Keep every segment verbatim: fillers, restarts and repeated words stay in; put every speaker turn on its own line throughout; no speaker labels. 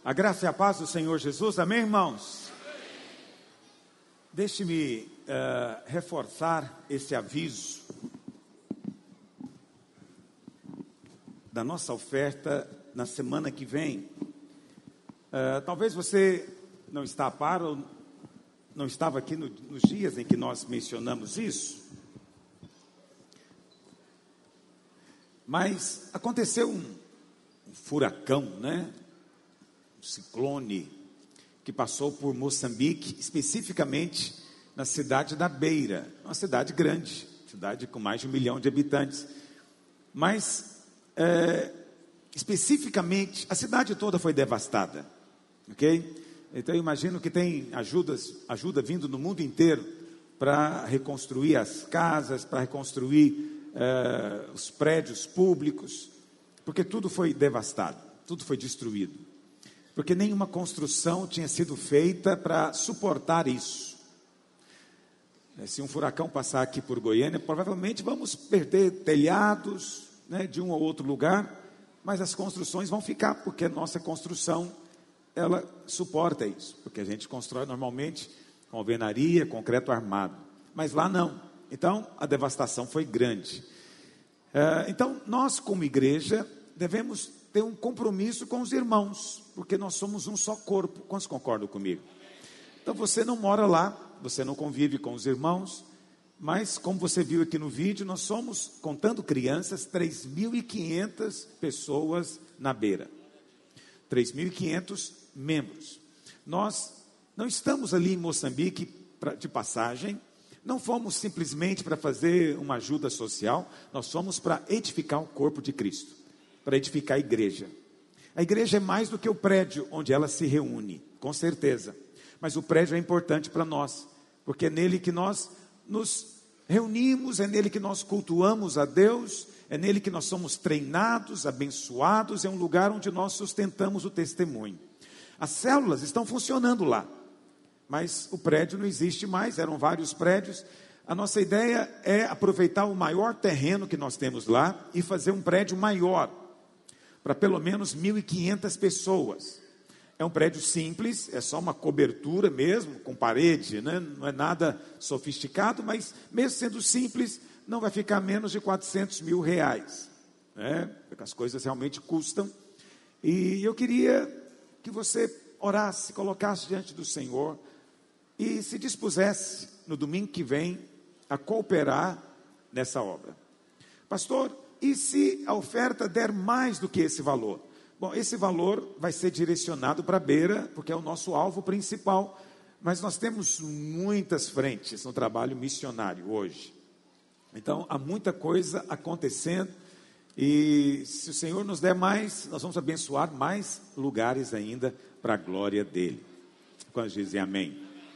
A graça e a paz do Senhor Jesus, amém, irmãos? Deixe-me uh, reforçar esse aviso da nossa oferta na semana que vem. Uh, talvez você não está a par ou não estava aqui no, nos dias em que nós mencionamos isso, mas aconteceu um, um furacão, né? Um ciclone que passou por Moçambique, especificamente na cidade da Beira, uma cidade grande, cidade com mais de um milhão de habitantes, mas é, especificamente a cidade toda foi devastada, ok? Então eu imagino que tem ajudas, ajuda vindo do mundo inteiro para reconstruir as casas, para reconstruir é, os prédios públicos, porque tudo foi devastado, tudo foi destruído. Porque nenhuma construção tinha sido feita para suportar isso. Se um furacão passar aqui por Goiânia, provavelmente vamos perder telhados, né, de um ou outro lugar, mas as construções vão ficar, porque a nossa construção, ela suporta isso, porque a gente constrói normalmente com alvenaria, concreto armado, mas lá não. Então, a devastação foi grande. Uh, então, nós como igreja, devemos ter um compromisso com os irmãos, porque nós somos um só corpo. Quantos concordam comigo? Então você não mora lá, você não convive com os irmãos, mas como você viu aqui no vídeo, nós somos, contando crianças, três mil e quinhentas pessoas na Beira, três mil e quinhentos membros. Nós não estamos ali em Moçambique pra, de passagem, não fomos simplesmente para fazer uma ajuda social, nós fomos para edificar o corpo de Cristo, para edificar a igreja. A igreja é mais do que o prédio onde ela se reúne, com certeza. Mas o prédio é importante para nós, porque é nele que nós nos reunimos, é nele que nós cultuamos a Deus, é nele que nós somos treinados, abençoados, é um lugar onde nós sustentamos o testemunho. As células estão funcionando lá, mas o prédio não existe mais, eram vários prédios. A nossa ideia é aproveitar o maior terreno que nós temos lá e fazer um prédio maior, para pelo menos mil e quinhentas pessoas. É um prédio simples, é só uma cobertura mesmo, com parede, né? Não é nada sofisticado, mas mesmo sendo simples, não vai ficar menos de quatrocentos mil reais, né? Porque as coisas realmente custam. E eu queria que você orasse, colocasse diante do Senhor e se dispusesse no domingo que vem a cooperar nessa obra. Pastor, e se a oferta der mais do que esse valor? Bom, esse valor vai ser direcionado para a Beira, porque é o nosso alvo principal, mas nós temos muitas frentes no trabalho missionário hoje. Então, há muita coisa acontecendo, e se o Senhor nos der mais, nós vamos abençoar mais lugares ainda para a glória dEle. Quando dizem amém?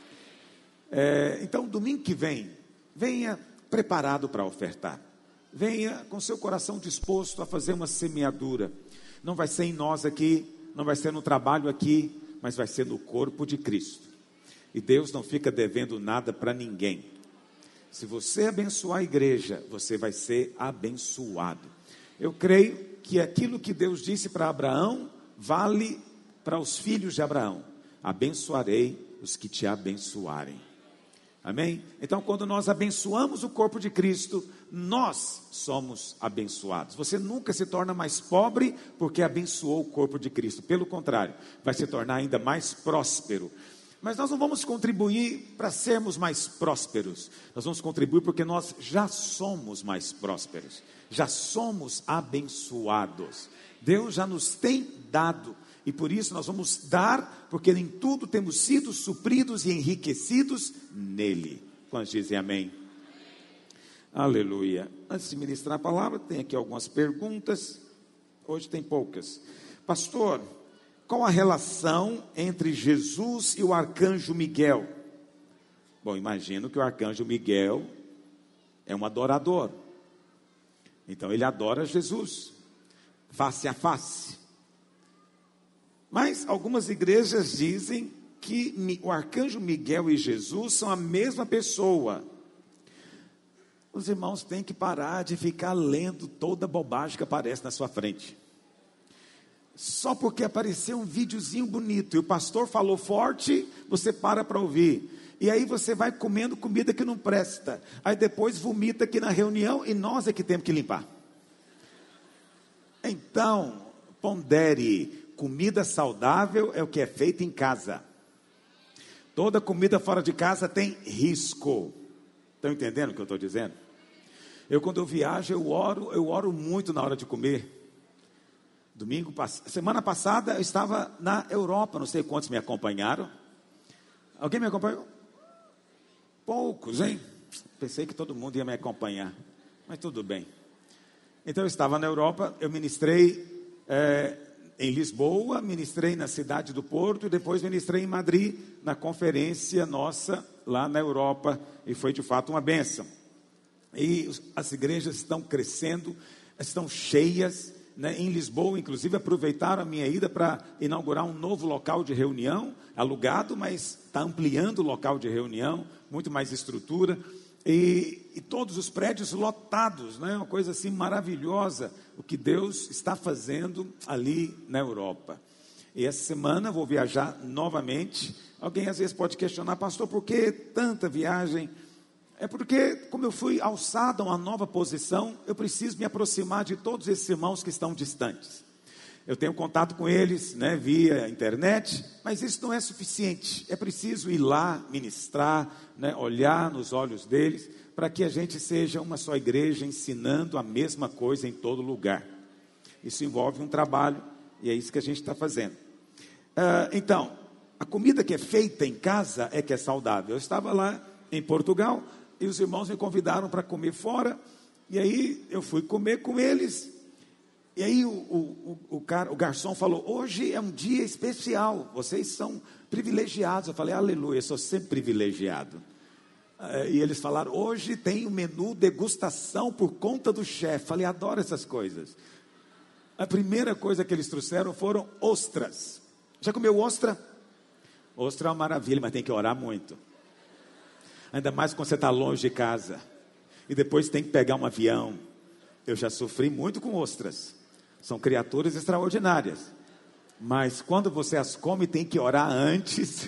É, então, domingo que vem, venha preparado para ofertar. Venha com seu coração disposto a fazer uma semeadura. Não vai ser em nós aqui, não vai ser no trabalho aqui, mas vai ser no corpo de Cristo. E Deus não fica devendo nada para ninguém. Se você abençoar a igreja, você vai ser abençoado. Eu creio que aquilo que Deus disse para Abraão, vale para os filhos de Abraão. Abençoarei os que te abençoarem. Amém? Então, quando nós abençoamos o corpo de Cristo, nós somos abençoados. Você nunca se torna mais pobre porque abençoou o corpo de Cristo. Pelo contrário, vai se tornar ainda mais próspero. Mas nós não vamos contribuir para sermos mais prósperos. Nós vamos contribuir porque nós já somos mais prósperos. Já somos abençoados. Deus já nos tem dado. E por isso nós vamos dar, porque em tudo temos sido supridos e enriquecidos nele. Quantos dizem amém? Aleluia. Antes de ministrar a palavra, tem aqui algumas perguntas. Hoje tem poucas. Pastor, qual a relação entre Jesus e o arcanjo Miguel? Bom, imagino que o arcanjo Miguel é um adorador. Então ele adora Jesus, face a face. Mas algumas igrejas dizem que o arcanjo Miguel e Jesus são a mesma pessoa. Os irmãos têm que parar de ficar lendo toda bobagem que aparece na sua frente. só porque apareceu um videozinho bonito e o pastor falou forte, você para para ouvir. E aí você vai comendo comida que não presta. Aí depois vomita aqui na reunião e nós é que temos que limpar. Então, pondere, comida saudável é o que é feito em casa. Toda comida fora de casa tem risco. Estão entendendo o que eu estou dizendo? Eu quando eu viajo, eu oro, eu oro muito na hora de comer. Domingo, semana passada eu estava na Europa, não sei quantos me acompanharam. Alguém me acompanhou? Poucos, hein? Pensei que todo mundo ia me acompanhar, mas tudo bem. Então eu estava na Europa, eu ministrei é, em Lisboa, ministrei na cidade do Porto e depois ministrei em Madrid, na conferência nossa lá na Europa, e foi de fato uma bênção. E as igrejas estão crescendo, estão cheias, né? Em Lisboa, inclusive, aproveitaram a minha ida para inaugurar um novo local de reunião, alugado, mas está ampliando o local de reunião, muito mais estrutura, e, e todos os prédios lotados, né? Uma coisa assim maravilhosa, o que Deus está fazendo ali na Europa. E essa semana vou viajar novamente. Alguém às vezes pode questionar, pastor, por que tanta viagem? É porque, como eu fui alçado a uma nova posição, eu preciso me aproximar de todos esses irmãos que estão distantes. Eu tenho contato com eles, né, via internet, mas isso não é suficiente. É preciso ir lá, ministrar, né, olhar nos olhos deles, para que a gente seja uma só igreja, ensinando a mesma coisa em todo lugar. Isso envolve um trabalho, e é isso que a gente está fazendo. Uh, então, a comida que é feita em casa é que é saudável. Eu estava lá em Portugal, e os irmãos me convidaram para comer fora, e aí eu fui comer com eles, e aí o, o, o, cara, o garçom falou, hoje é um dia especial, vocês são privilegiados. Eu falei, aleluia, eu sou sempre privilegiado. Uh, e eles falaram, hoje tem o menu degustação por conta do chefe. Falei, adoro essas coisas. A primeira coisa que eles trouxeram foram ostras. Já comeu ostra? Ostra é uma maravilha, mas tem que orar muito. Ainda mais quando você está longe de casa. E depois tem que pegar um avião. Eu já sofri muito com ostras. São criaturas extraordinárias. Mas quando você as come, tem que orar antes.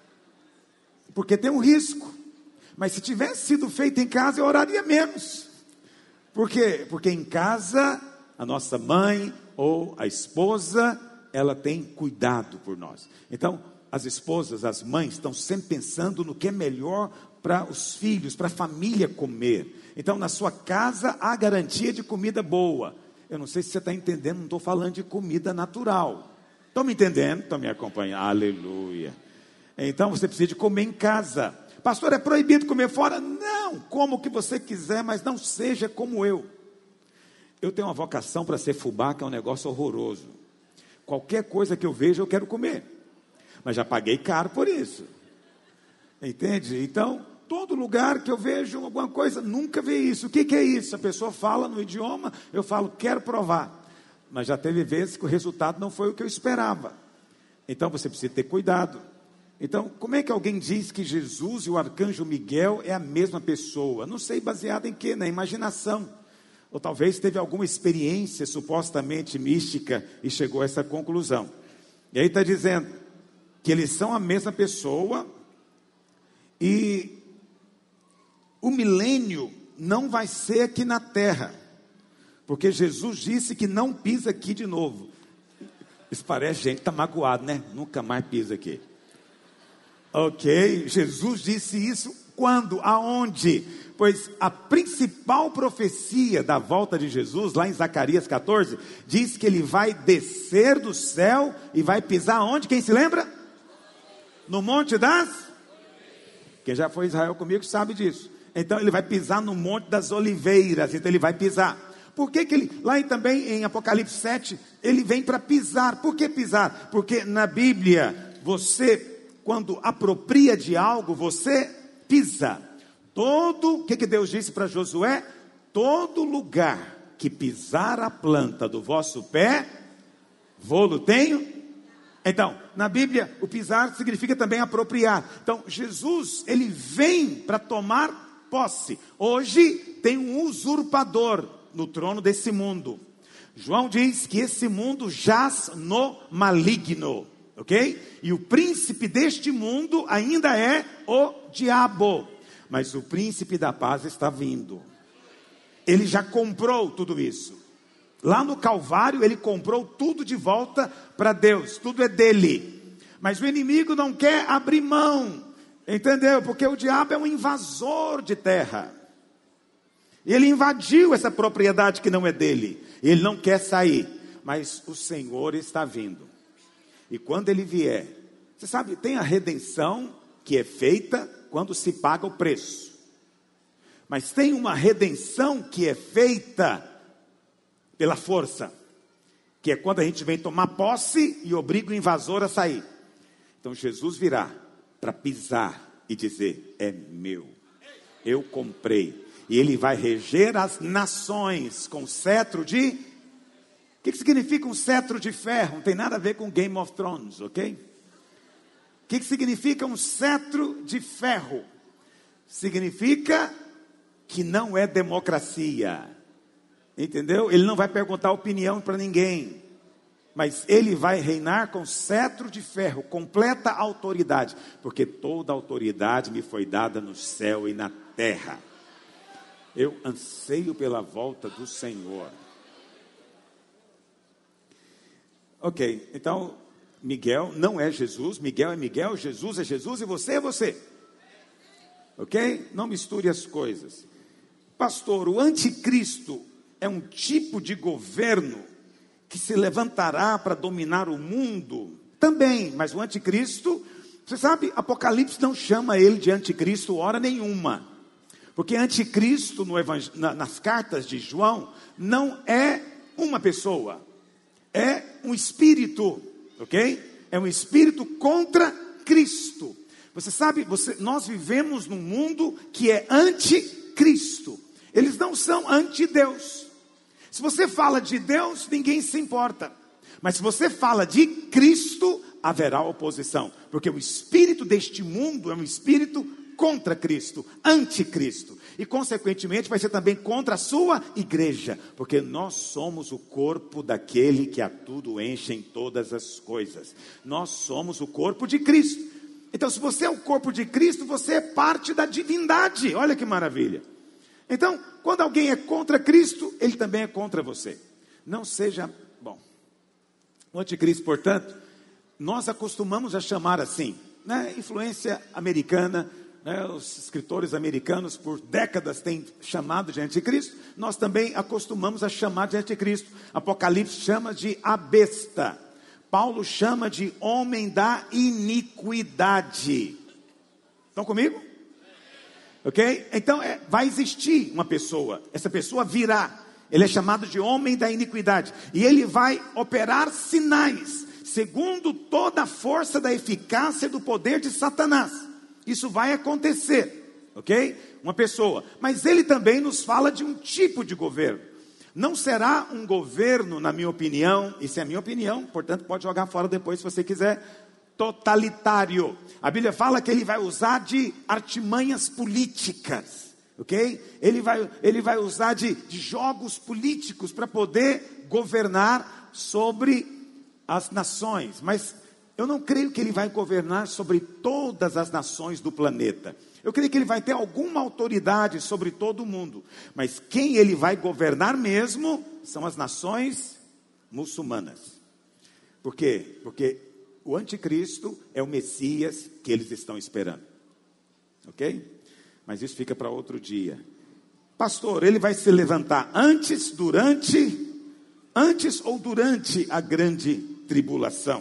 Porque tem um risco. Mas se tivesse sido feito em casa, eu oraria menos. Por quê? Porque em casa, a nossa mãe ou a esposa, ela tem cuidado por nós. Então, as esposas, as mães, estão sempre pensando no que é melhor para os filhos, para a família comer. Então, na sua casa, há garantia de comida boa. Eu não sei se você está entendendo, não estou falando de comida natural. Estão me entendendo? Estão me acompanhando? Aleluia. Então, você precisa de comer em casa. Pastor, é proibido comer fora? Não, como o que você quiser, mas não seja como eu. Eu tenho uma vocação para ser fubá, que é um negócio horroroso. Qualquer coisa que eu vejo, eu quero comer. Mas já paguei caro por isso. Entende? Então, todo lugar que eu vejo alguma coisa, nunca vi isso. O que, que é isso? A pessoa fala no idioma, eu falo, quero provar. Mas já teve vezes que o resultado não foi o que eu esperava. Então, você precisa ter cuidado. Então, como é que alguém diz que Jesus e o arcanjo Miguel é a mesma pessoa? Não sei, baseado em quê? Na imaginação. Ou talvez teve alguma experiência supostamente mística e chegou a essa conclusão. E aí está dizendo que eles são a mesma pessoa e o milênio não vai ser aqui na terra, porque Jesus disse que não pisa aqui de novo. Isso parece gente que está magoado, né? Nunca mais pisa aqui. Ok, Jesus disse isso quando? Aonde? Pois a principal profecia da volta de Jesus, lá em Zacarias catorze, diz que ele vai descer do céu e vai pisar onde? Quem se lembra? No Monte das... Quem já foi a Israel comigo sabe disso. Então ele vai pisar no Monte das Oliveiras, então ele vai pisar. Por que que ele, lá também em Apocalipse sete, ele vem para pisar? Por que pisar? Porque na Bíblia, você... quando apropria de algo, você pisa. Todo, o que, que Deus disse para Josué? Todo lugar que pisar a planta do vosso pé, vou-lo tenho. Então, na Bíblia, o pisar significa também apropriar. Então, Jesus, ele vem para tomar posse. Hoje, tem um usurpador no trono desse mundo. João diz que esse mundo jaz no maligno, ok? E o príncipe deste mundo ainda é o diabo, mas o príncipe da paz está vindo. Ele já comprou tudo isso. Lá no Calvário ele comprou tudo de volta para Deus, tudo é dele. Mas o inimigo não quer abrir mão, entendeu? Porque o diabo é um invasor de terra. Ele invadiu essa propriedade que não é dele. Ele não quer sair, mas o Senhor está vindo. E quando ele vier, você sabe, tem a redenção que é feita quando se paga o preço. Mas tem uma redenção que é feita pela força, que é quando a gente vem tomar posse e obriga o invasor a sair. Então Jesus virá para pisar e dizer: é meu, eu comprei. E ele vai reger as nações com cetro de... O que, que significa um cetro de ferro? Não tem nada a ver com Game of Thrones, ok? O que, que significa um cetro de ferro? Significa que não é democracia, entendeu? Ele não vai perguntar opinião para ninguém, mas ele vai reinar com cetro de ferro, completa autoridade, porque toda autoridade me foi dada no céu e na terra. Eu anseio pela volta do Senhor. Ok, então Miguel não é Jesus, Miguel é Miguel, Jesus é Jesus e você é você. Ok? Não misture as coisas. Pastor, o anticristo é um tipo de governo que se levantará para dominar o mundo? Também, mas o anticristo, você sabe, Apocalipse não chama ele de anticristo hora nenhuma. Porque anticristo no evang... nas cartas de João não é uma pessoa, é um espírito, ok? É um espírito contra Cristo. Você sabe, você... nós vivemos num mundo que é anticristo. Eles não são anti-Deus. Se você fala de Deus, ninguém se importa. Mas se você fala de Cristo, haverá oposição. Porque o espírito deste mundo é um espírito contra Cristo, anticristo. E consequentemente vai ser também contra a sua igreja. Porque nós somos o corpo daquele que a tudo enche em todas as coisas. Nós somos o corpo de Cristo. Então se você é o corpo de Cristo, você é parte da divindade. Olha que maravilha. Então, quando alguém é contra Cristo, ele também é contra você. Não seja, bom, o anticristo, portanto, nós acostumamos a chamar assim, né? Influência americana, né? Os escritores americanos por décadas têm chamado de anticristo. Nós também acostumamos a chamar de anticristo. Apocalipse chama de a besta. Paulo chama de homem da iniquidade. Estão comigo? Ok? Então é, vai existir uma pessoa, essa pessoa virá, ele é chamado de homem da iniquidade, e ele vai operar sinais, segundo toda a força da eficácia do poder de Satanás. Isso vai acontecer, ok? Uma pessoa, mas ele também nos fala de um tipo de governo. Não será um governo, na minha opinião, isso é a minha opinião, portanto pode jogar fora depois se você quiser, totalitário. A Bíblia fala que ele vai usar de artimanhas políticas, ok? Ele vai, ele vai usar de, de jogos políticos para poder governar sobre as nações. Mas eu não creio que ele vai governar sobre todas as nações do planeta. Eu creio que ele vai ter alguma autoridade sobre todo o mundo. Mas quem ele vai governar mesmo são as nações muçulmanas. Por quê? Porque o anticristo é o Messias que eles estão esperando. Ok? Mas isso fica para outro dia. Pastor, ele vai se levantar antes, durante, antes ou durante a grande tribulação?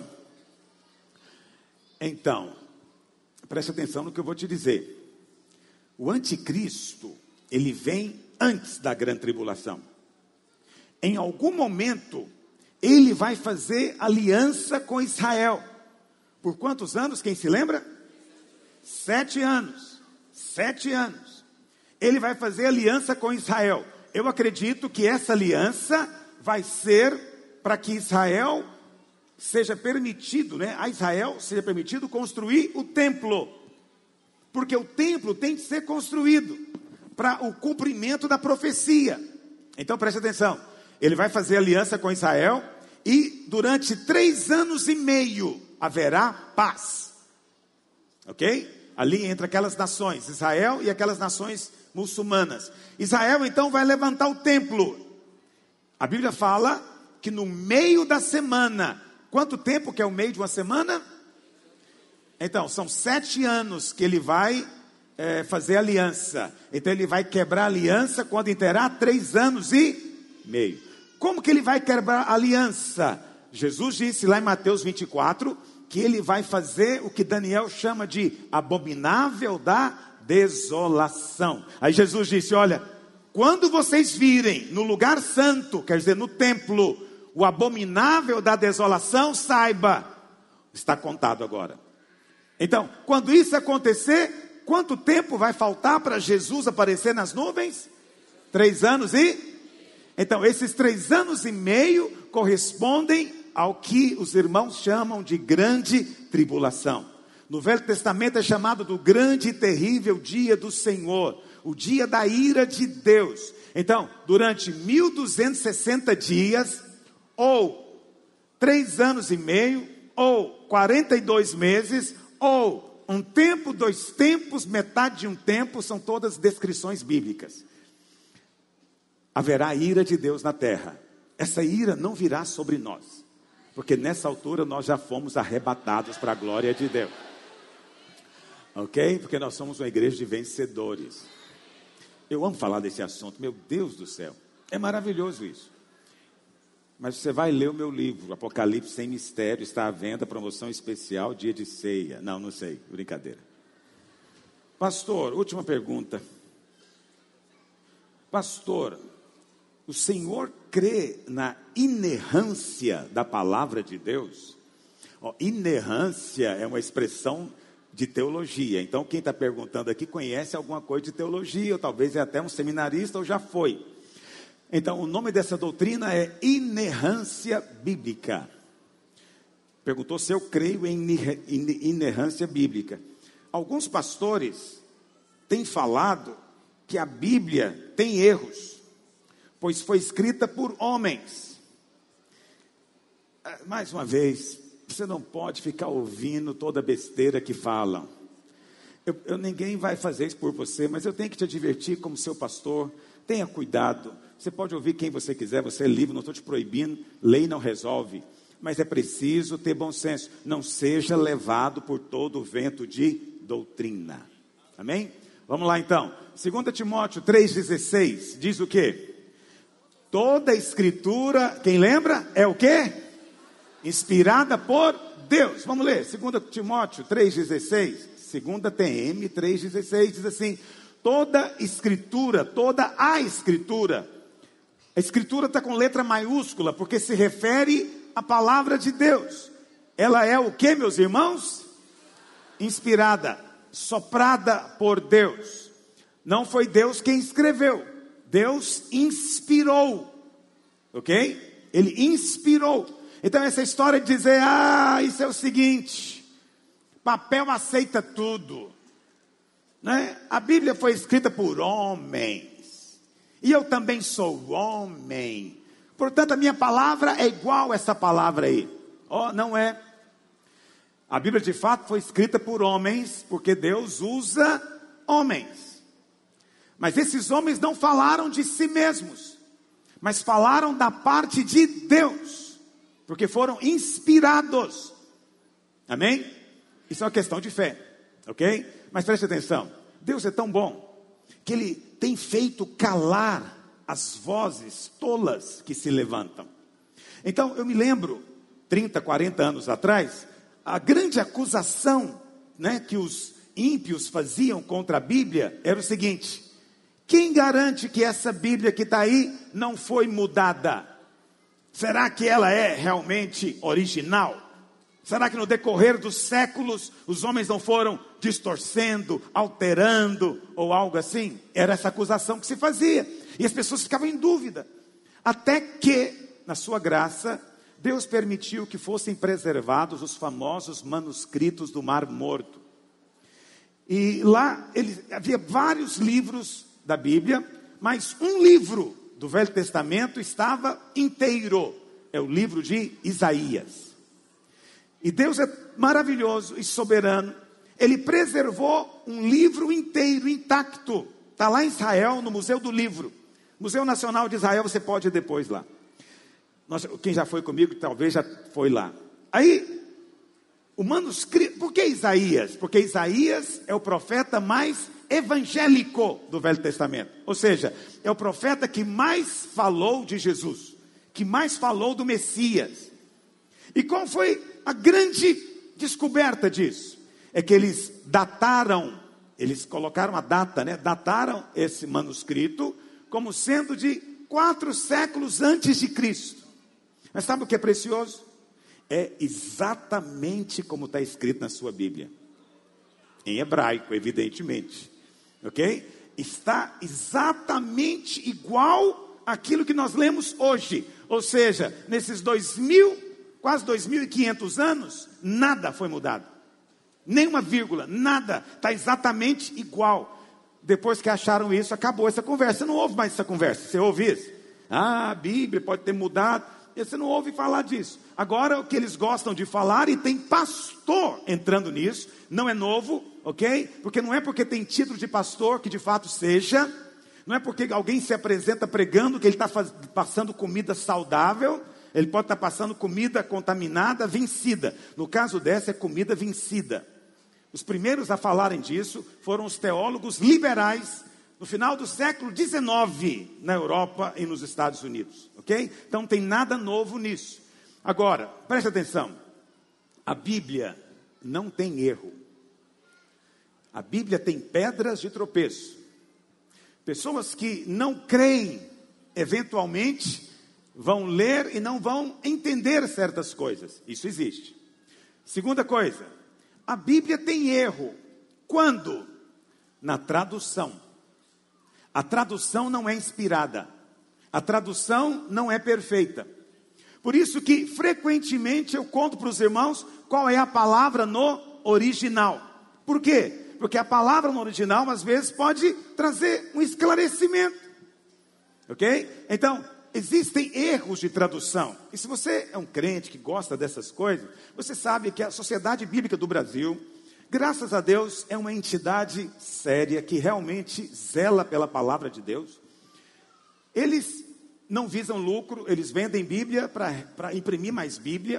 Então, preste atenção no que eu vou te dizer. O anticristo, ele vem antes da grande tribulação. Em algum momento, ele vai fazer aliança com Israel. Por quantos anos? Quem se lembra? Sete anos. Sete anos. Ele vai fazer aliança com Israel. Eu acredito que essa aliança vai ser para que Israel seja permitido, né? A Israel seja permitido construir o templo. Porque o templo tem que ser construído para o cumprimento da profecia. Então preste atenção. ele vai fazer aliança com Israel e durante três anos e meio haverá paz. Ok? Ali entre aquelas nações, Israel e aquelas nações muçulmanas. Israel então vai levantar o templo. A Bíblia fala que no meio da semana, quanto tempo que é o meio de uma semana? Então, são sete anos que ele vai é, fazer aliança. Então ele vai quebrar a aliança quando terá três anos e meio. Como que ele vai quebrar a aliança? Jesus disse lá em Mateus vinte e quatro... que ele vai fazer o que Daniel chama de abominável da desolação. Aí Jesus disse, olha, quando vocês virem no lugar santo, quer dizer no templo, o abominável da desolação, saiba, está contado agora. Então, quando isso acontecer, quanto tempo vai faltar para Jesus aparecer nas nuvens? Três anos e... Então, esses três anos e meio correspondem ao que os irmãos chamam de grande tribulação. No Velho Testamento é chamado do grande e terrível dia do Senhor, o dia da ira de Deus. Então, durante mil duzentos e sessenta dias, ou três anos e meio, ou quarenta e dois meses, ou um tempo, dois tempos, metade de um tempo, são todas descrições bíblicas. Haverá ira de Deus na terra. Essa ira não virá sobre nós, porque nessa altura nós já fomos arrebatados para a glória de Deus. Ok? Porque nós somos uma igreja de vencedores. Eu amo falar desse assunto, meu Deus do céu. É maravilhoso isso. Mas você vai ler o meu livro, Apocalipse Sem Mistério, está à venda, promoção especial, dia de ceia. Não, não sei, brincadeira. Pastor, última pergunta. Pastor, o senhor crê na inerrância da palavra de Deus? Oh, inerrância é uma expressão de teologia. Então quem está perguntando aqui conhece alguma coisa de teologia, ou talvez é até um seminarista, ou já foi. Então o nome dessa doutrina é inerrância bíblica. Perguntou se eu creio em inerrância bíblica. Alguns pastores têm falado que a Bíblia tem erros, pois foi escrita por homens. Mais uma vez, você não pode ficar ouvindo toda besteira que falam. Eu, eu, ninguém vai fazer isso por você, mas eu tenho que te advertir como seu pastor. Tenha cuidado. Você pode ouvir quem você quiser, você é livre, não estou te proibindo. Lei não resolve. Mas é preciso ter bom senso. Não seja levado por todo o vento de doutrina. Amém? Vamos lá então. Segunda Timóteo três dezesseis diz o quê? Toda a escritura, quem lembra? É o quê? Inspirada por Deus. Vamos ler. Segunda Timóteo três dezesseis. Segunda T M três dezesseis diz assim: toda escritura, toda a escritura. A escritura está com letra maiúscula, porque se refere à palavra de Deus. Ela é o que, meus irmãos? Inspirada, soprada por Deus. Não foi Deus quem escreveu. Deus inspirou, ok? Ele inspirou. Então essa história de dizer, ah, isso é o seguinte, papel aceita tudo, né? A Bíblia foi escrita por homens, e eu também sou homem, portanto a minha palavra é igual a essa palavra aí. Oh, não é. A Bíblia de fato foi escrita por homens, porque Deus usa homens. Mas esses homens não falaram de si mesmos, mas falaram da parte de Deus, porque foram inspirados. Amém? Isso é uma questão de fé, ok? Mas preste atenção, Deus é tão bom, que Ele tem feito calar as vozes tolas que se levantam. Então eu me lembro, trinta, quarenta anos atrás, a grande acusação, né, que os ímpios faziam contra a Bíblia era o seguinte: quem garante que essa Bíblia que está aí não foi mudada? Será que ela é realmente original? Será que no decorrer dos séculos os homens não foram distorcendo, alterando ou algo assim? Era essa acusação que se fazia. E as pessoas ficavam em dúvida. Até que, na sua graça, Deus permitiu que fossem preservados os famosos manuscritos do Mar Morto. E lá ele, havia vários livros da Bíblia, mas um livro do Velho Testamento estava inteiro. É o livro de Isaías. E Deus é maravilhoso e soberano. Ele preservou um livro inteiro, intacto. Está lá em Israel, no Museu do Livro. Museu Nacional de Israel, você pode ir depois lá. Nossa, quem já foi comigo, talvez já foi lá. Aí, o manuscrito... Por que Isaías? Porque Isaías é o profeta mais evangélico do Velho Testamento. Ou seja, é o profeta que mais falou de Jesus, que mais falou do Messias. E qual foi a grande descoberta disso? É que eles dataram, eles colocaram a data, né? Dataram esse manuscrito como sendo de quatro séculos antes de Cristo. Mas sabe o que é precioso? É exatamente como está escrito na sua Bíblia. Em hebraico, evidentemente. Ok? Está exatamente igual àquilo que nós lemos hoje. Ou seja, nesses dois mil, quase dois mil e quinhentos anos, nada foi mudado. Nenhuma vírgula, nada. Está exatamente igual. Depois que acharam isso, acabou essa conversa. Você não ouve mais essa conversa. Você ouve isso? Ah, a Bíblia pode ter mudado. E você não ouve falar disso. Agora, o que eles gostam de falar, e tem pastor entrando nisso, não é novo, ok? Porque não é porque tem título de pastor que de fato seja, não é porque alguém se apresenta pregando que ele está passando comida saudável, ele pode estar passando comida contaminada, vencida. No caso dessa, é comida vencida. Os primeiros a falarem disso foram os teólogos liberais, no final do século dezenove, na Europa e nos Estados Unidos, ok? Então não tem nada novo nisso. Agora, preste atenção, a Bíblia não tem erro. A Bíblia tem pedras de tropeço. Pessoas que não creem, eventualmente, vão ler e não vão entender certas coisas. Isso existe. Segunda coisa, a Bíblia tem erro. Quando? Na tradução. A tradução não é inspirada. A tradução não é perfeita. Por isso que, frequentemente, eu conto para os irmãos qual é a palavra no original. Por quê? Porque a palavra no original, às vezes, pode trazer um esclarecimento. Ok? Então, existem erros de tradução. E se você é um crente que gosta dessas coisas, você sabe que a Sociedade Bíblica do Brasil, graças a Deus, é uma entidade séria que realmente zela pela palavra de Deus. Eles não visam lucro, eles vendem Bíblia para imprimir mais Bíblia.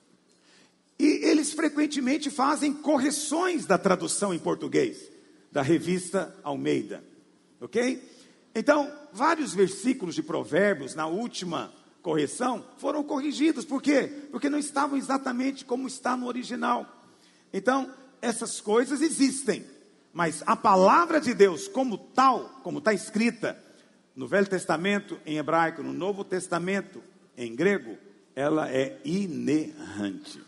E eles frequentemente fazem correções da tradução em português, da revista Almeida. Ok? Então, vários versículos de Provérbios, na última correção, foram corrigidos. Por quê? Porque não estavam exatamente como está no original. Então, essas coisas existem, mas a palavra de Deus como tal, como está escrita no Velho Testamento em hebraico, no Novo Testamento em grego, ela é inerrante,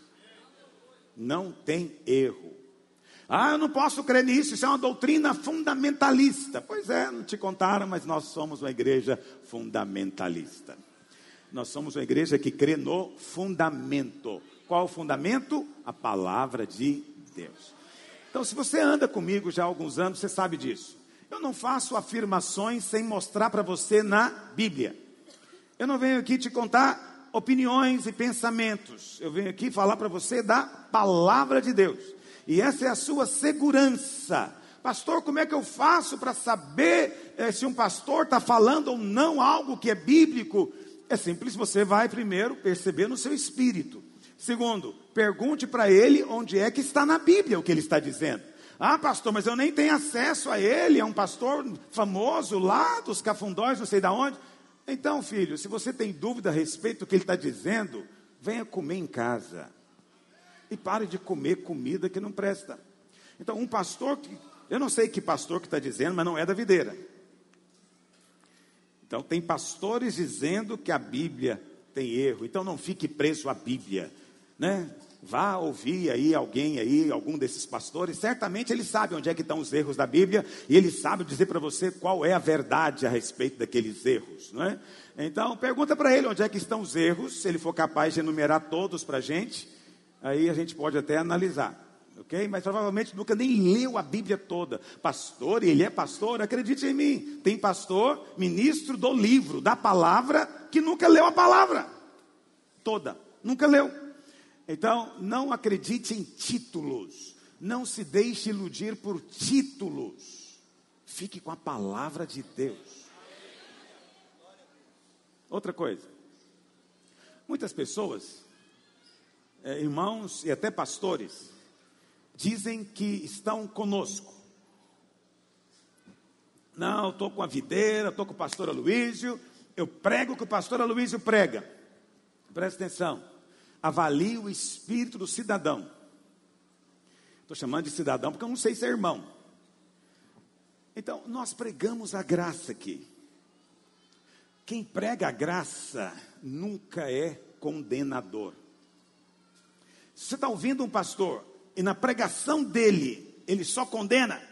não tem erro. Ah, eu não posso crer nisso, isso é uma doutrina fundamentalista. Pois é, não te contaram, mas nós somos uma igreja fundamentalista. Nós somos uma igreja que crê no fundamento. Qual o fundamento? A palavra de Deus. Então, se você anda comigo já há alguns anos, você sabe disso. Eu não faço afirmações sem mostrar para você na Bíblia. Eu não venho aqui te contar opiniões e pensamentos. Eu venho aqui falar para você da palavra de Deus. E essa é a sua segurança. Pastor, como é que eu faço para saber eh, se um pastor está falando ou não algo que é bíblico? É simples, você vai primeiro perceber no seu espírito. Segundo, pergunte para ele onde é que está na Bíblia o que ele está dizendo. Ah, pastor, mas eu nem tenho acesso a ele, é um pastor famoso lá dos Cafundós, não sei de onde. Então, filho, se você tem dúvida a respeito do que ele está dizendo, venha comer em casa. E pare de comer comida que não presta. Então, um pastor, que, eu não sei que pastor que está dizendo, mas não é da videira. Então, tem pastores dizendo que a Bíblia tem erro. Então, não fique preso à Bíblia, né? Vá ouvir aí alguém aí, algum desses pastores. Certamente ele sabe onde é que estão os erros da Bíblia. E ele sabe dizer para você qual é a verdade a respeito daqueles erros, não é? Então, pergunta para ele onde é que estão os erros. Se ele for capaz de enumerar todos para a gente, aí a gente pode até analisar, ok? ok? Mas provavelmente nunca nem leu a Bíblia toda. Pastor, ele é pastor, acredite em mim. Tem pastor, ministro do livro, da palavra, que nunca leu a palavra toda. Nunca leu. Então, não acredite em títulos. Não se deixe iludir por títulos. Fique com a palavra de Deus. Outra coisa. Muitas pessoas, é, irmãos e até pastores, dizem que estão conosco. Não, eu estou com a videira, estou com o pastor Aloísio, eu prego o que o pastor Aloísio prega. Presta atenção, avalie o espírito do cidadão. Estou chamando de cidadão porque eu não sei se é irmão. Então, nós pregamos a graça aqui. Quem prega a graça nunca é condenador. Se você está ouvindo um pastor e na pregação dele, ele só condena,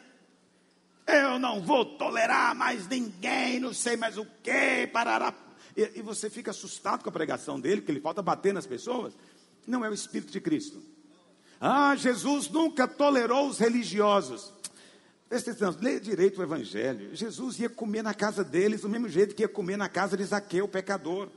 eu não vou tolerar mais ninguém, não sei mais o que, parará. E, e você fica assustado com a pregação dele, que ele falta bater nas pessoas. Não é o Espírito de Cristo. Ah, Jesus nunca tolerou os religiosos. Presta atenção, leia direito o Evangelho. Jesus ia comer na casa deles do mesmo jeito que ia comer na casa de Zaqueu, o pecador.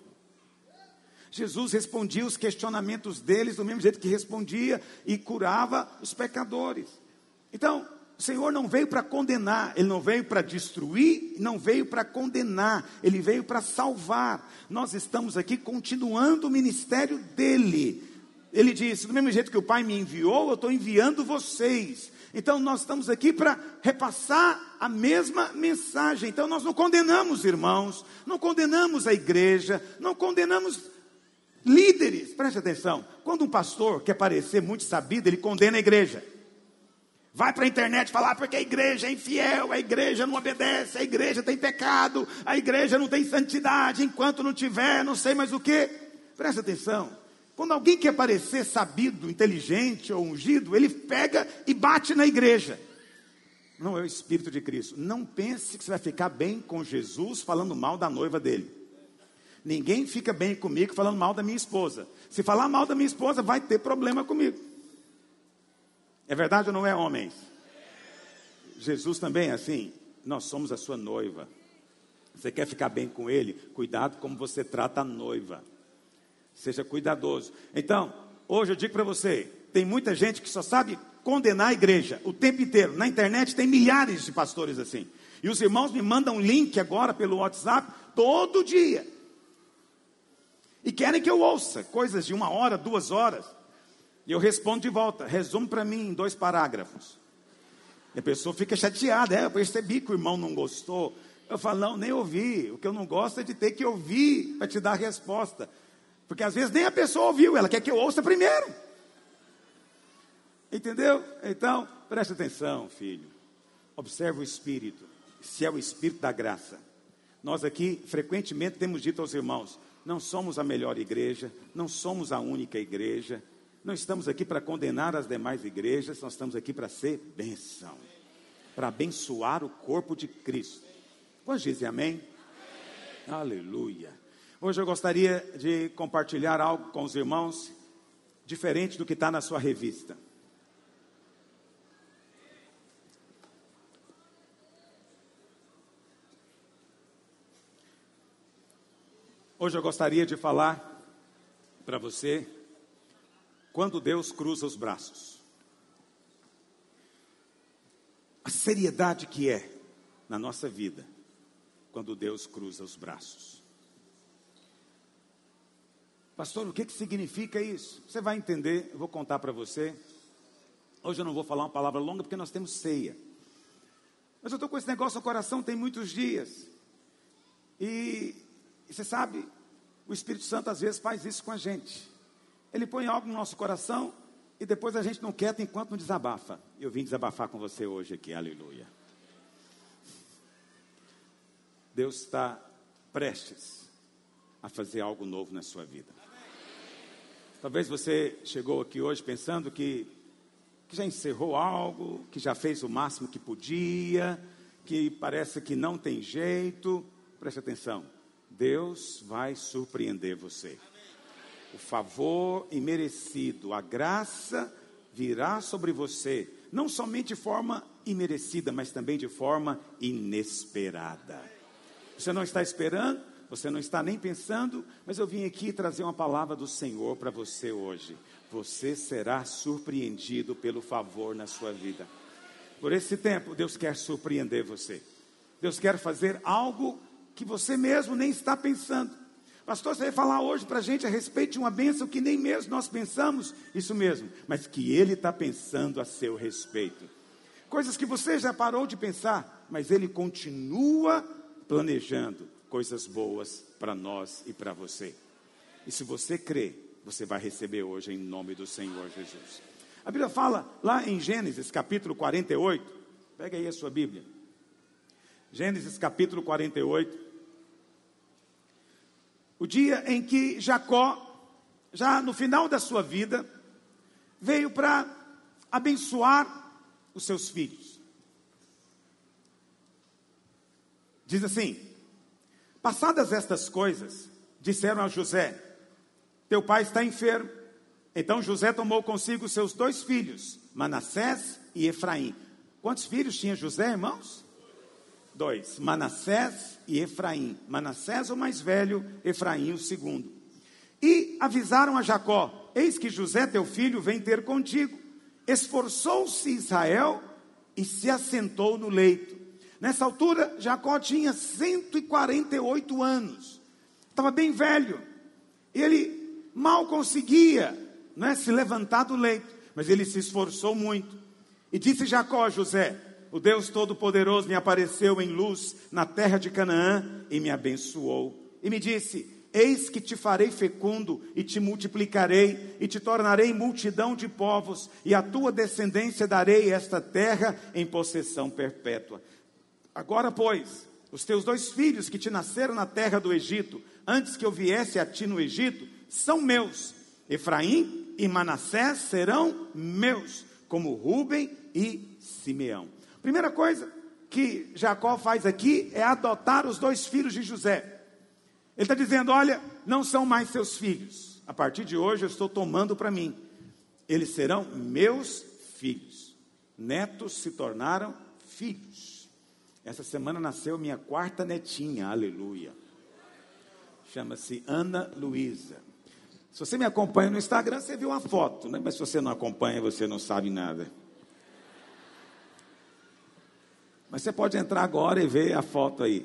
Jesus respondia os questionamentos deles do mesmo jeito que respondia e curava os pecadores. Então, o Senhor não veio para condenar, Ele não veio para destruir, não veio para condenar, Ele veio para salvar. Nós estamos aqui continuando o ministério dEle. Ele disse, do mesmo jeito que o Pai me enviou, eu estou enviando vocês. Então nós estamos aqui para repassar a mesma mensagem. Então nós não condenamos irmãos, não condenamos a igreja, não condenamos líderes. Preste atenção, quando um pastor quer parecer muito sabido, ele condena a igreja. Vai para a internet falar porque a igreja é infiel, a igreja não obedece, a igreja tem pecado, a igreja não tem santidade, enquanto não tiver, não sei mais o que. Preste atenção. Quando alguém quer parecer sabido, inteligente ou ungido, ele pega e bate na igreja. Não é o Espírito de Cristo. Não pense que você vai ficar bem com Jesus falando mal da noiva dele. Ninguém fica bem comigo falando mal da minha esposa. Se falar mal da minha esposa, vai ter problema comigo. É verdade ou não é, homens? Jesus também é assim. Nós somos a sua noiva. Você quer ficar bem com ele? Cuidado como você trata a noiva. Seja cuidadoso. Então, hoje eu digo para você, tem muita gente que só sabe condenar a igreja o tempo inteiro. Na internet tem milhares de pastores assim. E os irmãos me mandam um link agora pelo WhatsApp todo dia. E querem que eu ouça coisas de uma hora, duas horas. E eu respondo de volta, resumo para mim em dois parágrafos. E a pessoa fica chateada, é, eu percebi que o irmão não gostou. Eu falo, não, nem ouvi. O que eu não gosto é de ter que ouvir para te dar a resposta. Porque às vezes nem a pessoa ouviu, ela quer que eu ouça primeiro. Entendeu? Então, preste atenção, filho. Observe o Espírito. Se é o Espírito da graça. Nós aqui, frequentemente, temos dito aos irmãos, não somos a melhor igreja, não somos a única igreja, não estamos aqui para condenar as demais igrejas, nós estamos aqui para ser bênção, para abençoar o corpo de Cristo. Pode dizer amém? Amém. Aleluia. Hoje eu gostaria de compartilhar algo com os irmãos, diferente do que está na sua revista. Hoje eu gostaria de falar para você, quando Deus cruza os braços. A seriedade que é na nossa vida, quando Deus cruza os braços. Pastor, o que, que significa isso? Você vai entender, eu vou contar para você. Hoje eu não vou falar uma palavra longa porque nós temos ceia. Mas eu estou com esse negócio no coração tem muitos dias. E, e você sabe, o Espírito Santo às vezes faz isso com a gente. Ele põe algo no nosso coração e depois a gente não quieta enquanto não desabafa. Eu vim desabafar com você hoje aqui, aleluia. Deus está prestes a fazer algo novo na sua vida. Talvez você chegou aqui hoje pensando que, que já encerrou algo, que já fez o máximo que podia, que parece que não tem jeito. Preste atenção, Deus vai surpreender você. O favor imerecido, a graça virá sobre você, não somente de forma imerecida, mas também de forma inesperada. Você não está esperando, você não está nem pensando, mas eu vim aqui trazer uma palavra do Senhor para você hoje. Você será surpreendido pelo favor na sua vida. Por esse tempo, Deus quer surpreender você. Deus quer fazer algo que você mesmo nem está pensando. Pastor, você vai falar hoje para a gente a respeito de uma bênção que nem mesmo nós pensamos. Isso mesmo, mas que Ele está pensando a seu respeito. Coisas que você já parou de pensar, mas Ele continua planejando coisas boas para nós e para você. E se você crê, você vai receber hoje em nome do Senhor Jesus. A Bíblia fala lá em Gênesis capítulo quarenta e oito. Pega aí a sua Bíblia. Gênesis capítulo quarenta e oito. O dia em que Jacó, já no final da sua vida, veio para abençoar os seus filhos. Diz assim: passadas estas coisas, disseram a José: teu pai está enfermo. Então José tomou consigo seus dois filhos, Manassés e Efraim. Quantos filhos tinha José, irmãos? Dois, Manassés e Efraim. Manassés o mais velho, Efraim o segundo. E avisaram a Jacó: eis que José teu filho vem ter contigo. Esforçou-se Israel e se assentou no leito. Nessa altura, Jacó tinha cento e quarenta e oito anos. Estava bem velho. Ele mal conseguia, né, se levantar do leito, mas ele se esforçou muito. E disse Jacó a José: o Deus Todo-Poderoso me apareceu em luz na terra de Canaã e me abençoou. E me disse: eis que te farei fecundo e te multiplicarei e te tornarei multidão de povos, e à tua descendência darei esta terra em possessão perpétua. Agora, pois, os teus dois filhos que te nasceram na terra do Egito, antes que eu viesse a ti no Egito, são meus. Efraim e Manassés serão meus, como Rúben e Simeão. Primeira coisa que Jacó faz aqui é adotar os dois filhos de José. Ele está dizendo: olha, não são mais seus filhos. A partir de hoje eu estou tomando para mim. Eles serão meus filhos. Netos se tornaram filhos. Essa semana nasceu minha quarta netinha, aleluia. Chama-se Ana Luísa. Se você me acompanha no Instagram, você viu uma foto, né? Mas se você não acompanha, você não sabe nada. Mas você pode entrar agora e ver a foto aí.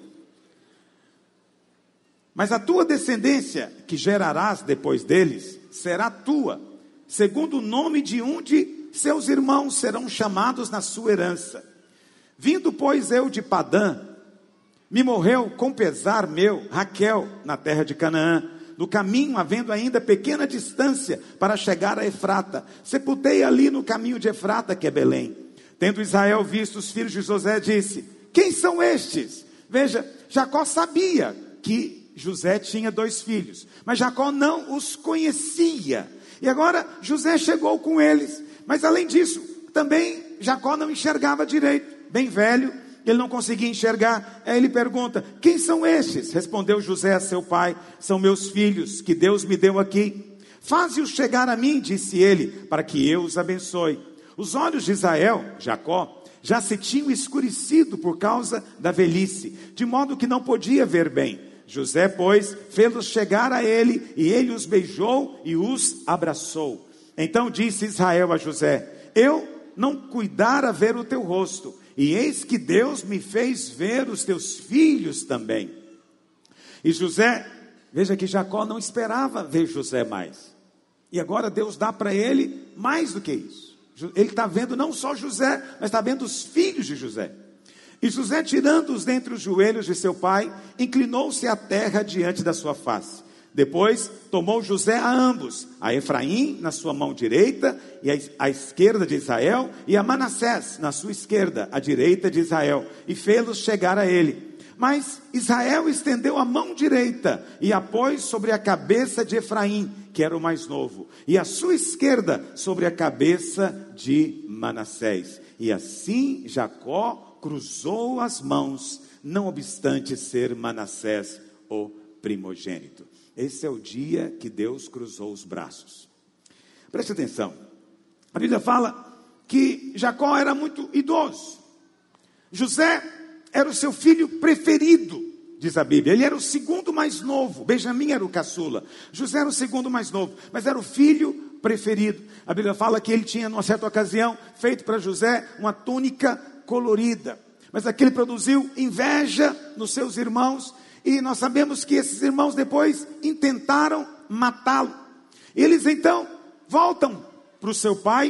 Mas a tua descendência, que gerarás depois deles, será tua, segundo o nome de um de seus irmãos serão chamados na sua herança. Vindo, pois, eu de Padã, me morreu com pesar meu Raquel na terra de Canaã. No caminho, havendo ainda pequena distância para chegar a Efrata, sepultei ali no caminho de Efrata, que é Belém. Tendo Israel visto os filhos de José, disse: quem são estes? Veja, Jacó sabia que José tinha dois filhos, mas Jacó não os conhecia. E agora José chegou com eles, mas além disso, também Jacó não enxergava direito, bem velho, ele não conseguia enxergar. Aí ele pergunta: quem são estes? Respondeu José a seu pai: são meus filhos, que Deus me deu aqui. Faze-os chegar a mim, disse ele, para que eu os abençoe. Os olhos de Israel, Jacó, já se tinham escurecido por causa da velhice, de modo que não podia ver bem. José, pois, fê-los chegar a ele, e ele os beijou e os abraçou. Então disse Israel a José: eu não cuidara ver o teu rosto, e eis que Deus me fez ver os teus filhos também. E José, veja que Jacó não esperava ver José mais. E agora Deus dá para ele mais do que isso. Ele está vendo não só José, mas está vendo os filhos de José. E José, tirando-os dentre os joelhos de seu pai, inclinou-se à terra diante da sua face. Depois tomou José a ambos, a Efraim na sua mão direita, e a, a esquerda de Israel, e a Manassés na sua esquerda, a direita de Israel, e fê-los chegar a ele. Mas Israel estendeu a mão direita, e a pôs sobre a cabeça de Efraim, que era o mais novo, e a sua esquerda sobre a cabeça de Manassés. E assim Jacó cruzou as mãos, não obstante ser Manassés o primogênito. Esse é o dia que Deus cruzou os braços. Preste atenção. A Bíblia fala que Jacó era muito idoso. José era o seu filho preferido, diz a Bíblia. Ele era o segundo mais novo. Benjamim era o caçula. José era o segundo mais novo, mas era o filho preferido. A Bíblia fala que ele tinha, numa certa ocasião, feito para José uma túnica colorida. Mas aquele produziu inveja nos seus irmãos. E nós sabemos que esses irmãos depois intentaram matá-lo. Eles então voltam para o seu pai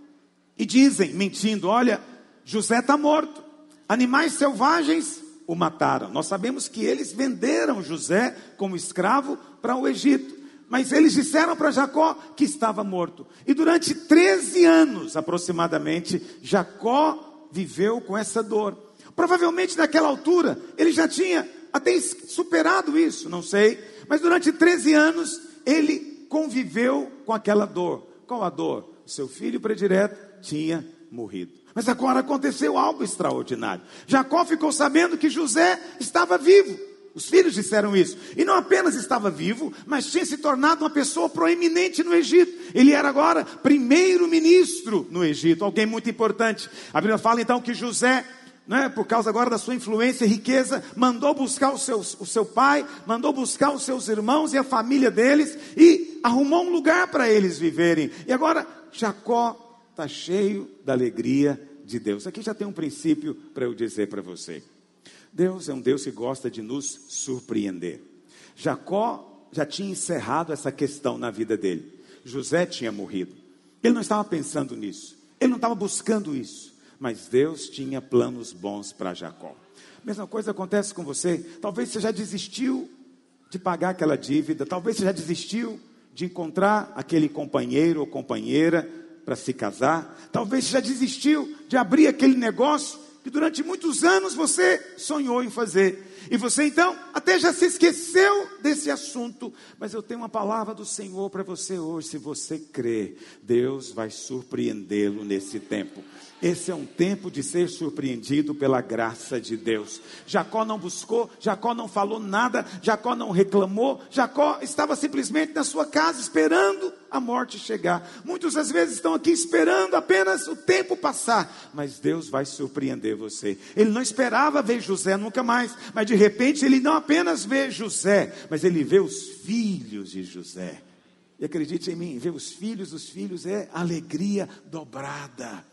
e dizem, mentindo: olha, José está morto. Animais selvagens o mataram. Nós sabemos que eles venderam José como escravo para o Egito. Mas eles disseram para Jacó que estava morto. E durante treze anos aproximadamente, Jacó viveu com essa dor. Provavelmente naquela altura ele já tinha até superado isso, não sei. Mas durante treze anos ele conviveu com aquela dor. Qual a dor? O seu filho predileto tinha morrido. Mas agora aconteceu algo extraordinário. Jacó ficou sabendo que José estava vivo. Os filhos disseram isso. E não apenas estava vivo, mas tinha se tornado uma pessoa proeminente no Egito. Ele era agora primeiro-ministro no Egito, alguém muito importante. A Bíblia fala então que José, né, por causa agora da sua influência e riqueza, mandou buscar os seus, o seu pai, mandou buscar os seus irmãos e a família deles, e arrumou um lugar para eles viverem. E agora Jacó está cheio da alegria de Deus. Aqui já tem um princípio para eu dizer para você. Deus é um Deus que gosta de nos surpreender. Jacó já tinha encerrado essa questão na vida dele. José tinha morrido. Ele não estava pensando nisso. Ele não estava buscando isso. Mas Deus tinha planos bons para Jacó. Mesma coisa acontece com você. Talvez você já desistiu de pagar aquela dívida. Talvez você já desistiu de encontrar aquele companheiro ou companheira para se casar. Talvez você já desistiu de abrir aquele negócio que durante muitos anos você sonhou em fazer. E você então até já se esqueceu desse assunto. Mas eu tenho uma palavra do Senhor para você hoje. Se você crê, Deus vai surpreendê-lo nesse tempo. Esse é um tempo de ser surpreendido pela graça de Deus. Jacó não buscou, Jacó não falou nada, Jacó não reclamou, Jacó estava simplesmente na sua casa esperando a morte chegar. Muitos às vezes estão aqui esperando apenas o tempo passar, mas Deus vai surpreender você. Ele não esperava ver José nunca mais, mas de repente ele não apenas vê José, mas ele vê os filhos de José. E acredite em mim, ver os filhos dos filhos é alegria dobrada.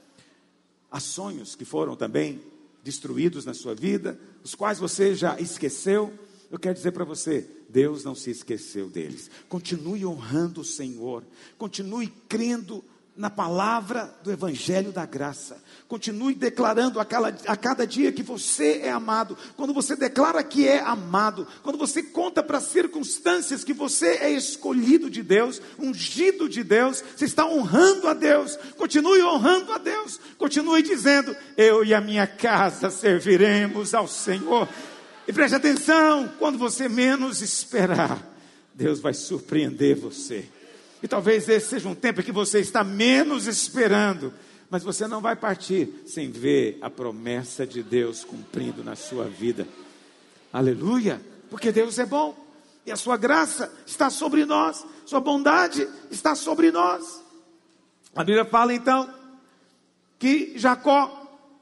Há sonhos que foram também destruídos na sua vida, os quais você já esqueceu. Eu quero dizer para você, Deus não se esqueceu deles. Continue honrando o Senhor. Continue crendo na palavra do Evangelho da Graça. Continue declarando a cada, a cada dia que você é amado. Quando você declara que é amado, quando você conta para as circunstâncias que você é escolhido de Deus, ungido de Deus, você está honrando a Deus. Continue honrando a Deus. Continue dizendo: eu e a minha casa serviremos ao Senhor. E preste atenção, quando você menos esperar, Deus vai surpreender você. E talvez esse seja um tempo que você está menos esperando, mas você não vai partir sem ver a promessa de Deus cumprindo na sua vida. Aleluia! Porque Deus é bom, e a sua graça está sobre nós, sua bondade está sobre nós. A Bíblia fala então, que Jacó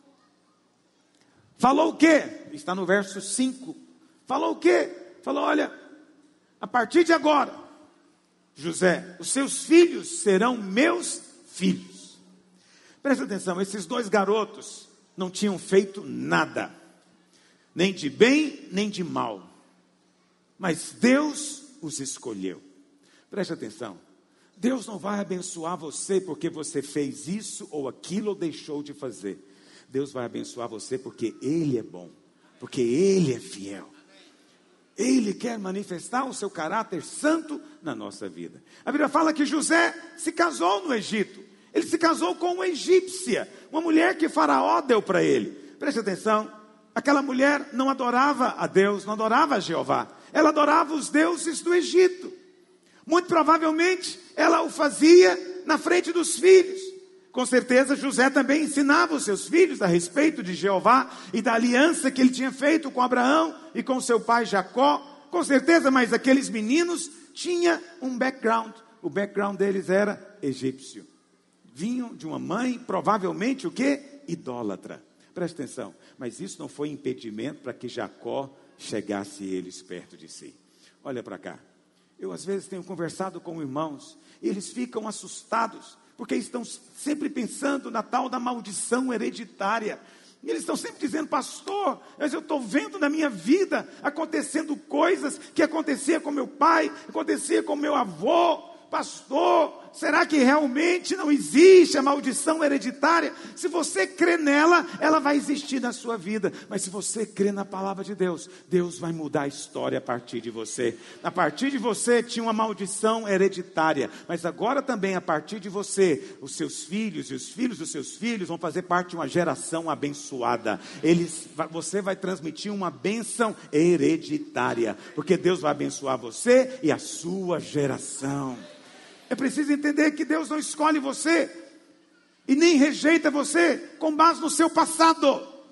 falou o quê? Está no verso cinco. Falou o quê? Falou: olha, a partir de agora, José, os seus filhos serão meus filhos. Presta atenção, esses dois garotos não tinham feito nada, nem de bem, nem de mal. Mas Deus os escolheu. Presta atenção, Deus não vai abençoar você porque você fez isso ou aquilo ou deixou de fazer. Deus vai abençoar você porque Ele é bom, porque Ele é fiel. Ele quer manifestar o seu caráter santo na nossa vida. A Bíblia fala que José se casou no Egito. Ele se casou com uma egípcia, uma mulher que Faraó deu para ele. Preste atenção, aquela mulher não adorava a Deus, não adorava a Jeová. Ela adorava os deuses do Egito. Muito provavelmente ela o fazia na frente dos filhos. Com certeza José também ensinava os seus filhos a respeito de Jeová e da aliança que ele tinha feito com Abraão e com seu pai Jacó. Com certeza, mas aqueles meninos tinham um background. O background deles era egípcio. vinham de uma mãe, provavelmente o quê? Idólatra. Presta atenção, mas isso não foi impedimento para que Jacó chegasse eles perto de si. Olha para cá, eu às vezes tenho conversado com irmãos, e eles ficam assustados, porque estão sempre pensando na tal da maldição hereditária. E eles estão sempre dizendo: pastor, mas eu estou vendo na minha vida acontecendo coisas que acontecia com meu pai, acontecia com meu avô. Pastor, será que realmente não existe a maldição hereditária? Se você crê nela, ela vai existir na sua vida. Mas se você crê na palavra de Deus, Deus vai mudar a história a partir de você. A partir de você tinha uma maldição hereditária, mas agora também a partir de você, os seus filhos e os filhos dos seus filhos vão fazer parte de uma geração abençoada. Eles, você vai transmitir uma bênção hereditária, porque Deus vai abençoar você e a sua geração. É preciso entender que Deus não escolhe você e nem rejeita você com base no seu passado.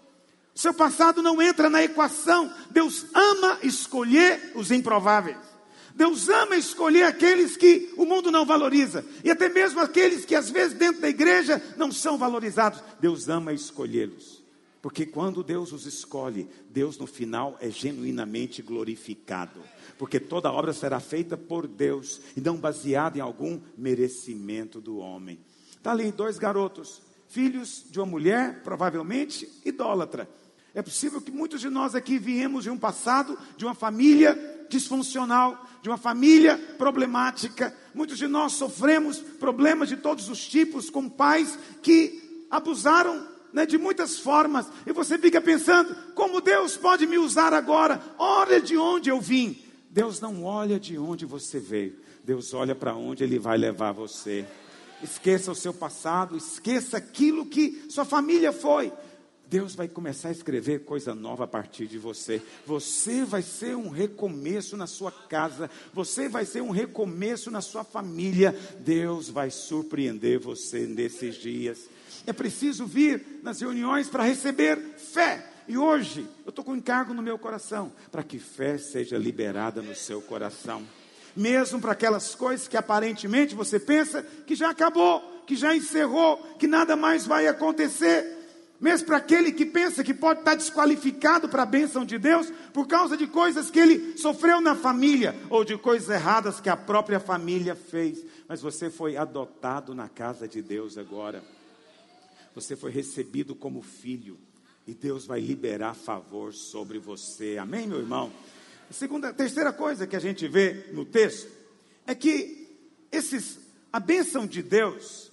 O seu passado não entra na equação. Deus ama escolher os improváveis. Deus ama escolher aqueles que o mundo não valoriza. E até mesmo aqueles que às vezes dentro da igreja não são valorizados. Deus ama escolhê-los. Porque quando Deus os escolhe, Deus no final é genuinamente glorificado. Porque toda obra será feita por Deus e não baseada em algum merecimento do homem. Está ali dois garotos, filhos de uma mulher, provavelmente idólatra. É possível que muitos de nós aqui viemos de um passado, de uma família disfuncional, de uma família problemática. Muitos de nós sofremos problemas de todos os tipos, com pais que abusaram, né, de muitas formas. E você fica pensando: como Deus pode me usar agora? Olha de onde eu vim. Deus não olha de onde você veio, Deus olha para onde Ele vai levar você. Esqueça o seu passado, esqueça aquilo que sua família foi. Deus vai começar a escrever coisa nova a partir de você. Você vai ser um recomeço na sua casa, você vai ser um recomeço na sua família. Deus vai surpreender você nesses dias. É preciso vir nas reuniões para receber fé. E hoje, eu estou com um encargo no meu coração, para que fé seja liberada no seu coração. Mesmo para aquelas coisas que aparentemente você pensa que já acabou, que já encerrou, que nada mais vai acontecer. Mesmo para aquele que pensa que pode estar desqualificado para a bênção de Deus, por causa de coisas que ele sofreu na família, ou de coisas erradas que a própria família fez. Mas você foi adotado na casa de Deus agora. Você foi recebido como filho. E Deus vai liberar favor sobre você. Amém, meu irmão? A segunda, a terceira coisa que a gente vê no texto é que esses, a bênção de Deus,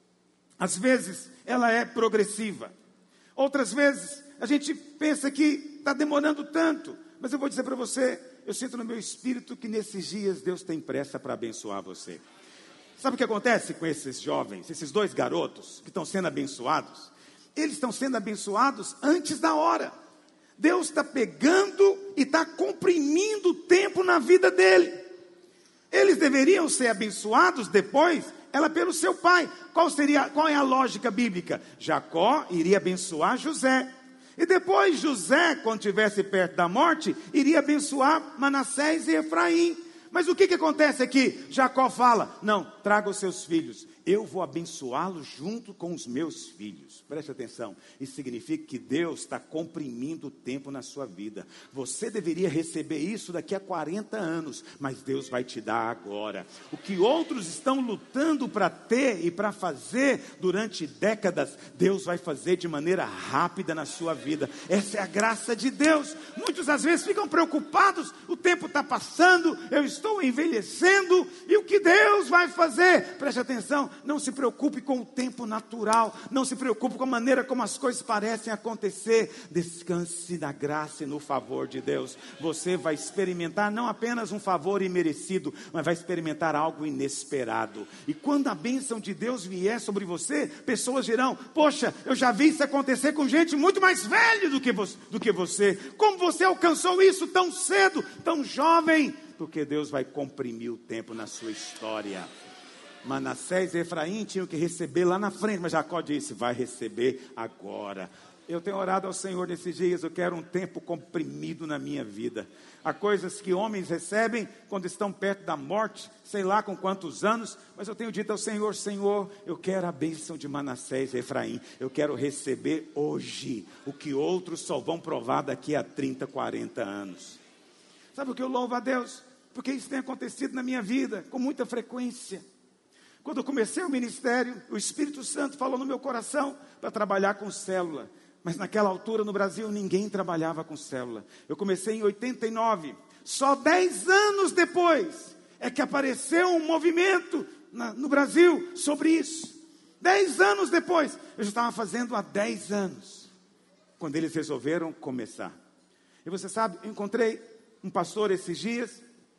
às vezes, ela é progressiva. Outras vezes, a gente pensa que está demorando tanto. Mas eu vou dizer para você, eu sinto no meu espírito que nesses dias Deus tem pressa para abençoar você. Sabe o que acontece com esses jovens, esses dois garotos que estão sendo abençoados? Eles estão sendo abençoados antes da hora. Deus está pegando e está comprimindo o tempo na vida dele. Eles deveriam ser abençoados depois, ela pelo seu pai. Qual seria, qual é a lógica bíblica? Jacó iria abençoar José. E depois José, quando estivesse perto da morte, iria abençoar Manassés e Efraim. Mas o que, que acontece aqui? Jacó fala: não, traga os seus filhos. Eu vou abençoá-los junto com os meus filhos. Preste atenção. Isso significa que Deus está comprimindo o tempo na sua vida. Você deveria receber isso daqui a quarenta anos. Mas Deus vai te dar agora. O que outros estão lutando para ter e para fazer durante décadas, Deus vai fazer de maneira rápida na sua vida. Essa é a graça de Deus. Muitos às vezes ficam preocupados. O tempo está passando, eu estou envelhecendo. E o que Deus vai fazer? Preste atenção. Não se preocupe com o tempo natural. Não se preocupe com a maneira como as coisas parecem acontecer. Descanse na graça e no favor de Deus. Você vai experimentar não apenas um favor imerecido, mas vai experimentar algo inesperado. E quando a bênção de Deus vier sobre você, pessoas dirão: poxa, eu já vi isso acontecer com gente muito mais velha do que você, do que você. Como você alcançou isso tão cedo, tão jovem? Porque Deus vai comprimir o tempo na sua história. Manassés e Efraim tinham que receber lá na frente, mas Jacó disse, vai receber agora. Eu tenho orado ao Senhor nesses dias, eu quero um tempo comprimido na minha vida. Há coisas que homens recebem quando estão perto da morte, sei lá com quantos anos, mas eu tenho dito ao Senhor, Senhor, eu quero a bênção de Manassés e Efraim, eu quero receber hoje, o que outros só vão provar daqui a trinta, quarenta anos. Sabe o que eu louvo a Deus? Porque isso tem acontecido na minha vida, com muita frequência. Quando eu comecei o ministério, o Espírito Santo falou no meu coração para trabalhar com célula. Mas naquela altura no Brasil ninguém trabalhava com célula. Eu comecei em oitenta e nove. Só dez anos depois é que apareceu um movimento na, no Brasil sobre isso. Dez anos depois. Eu já estava fazendo há dez anos. Quando eles resolveram começar. E você sabe, eu encontrei um pastor esses dias.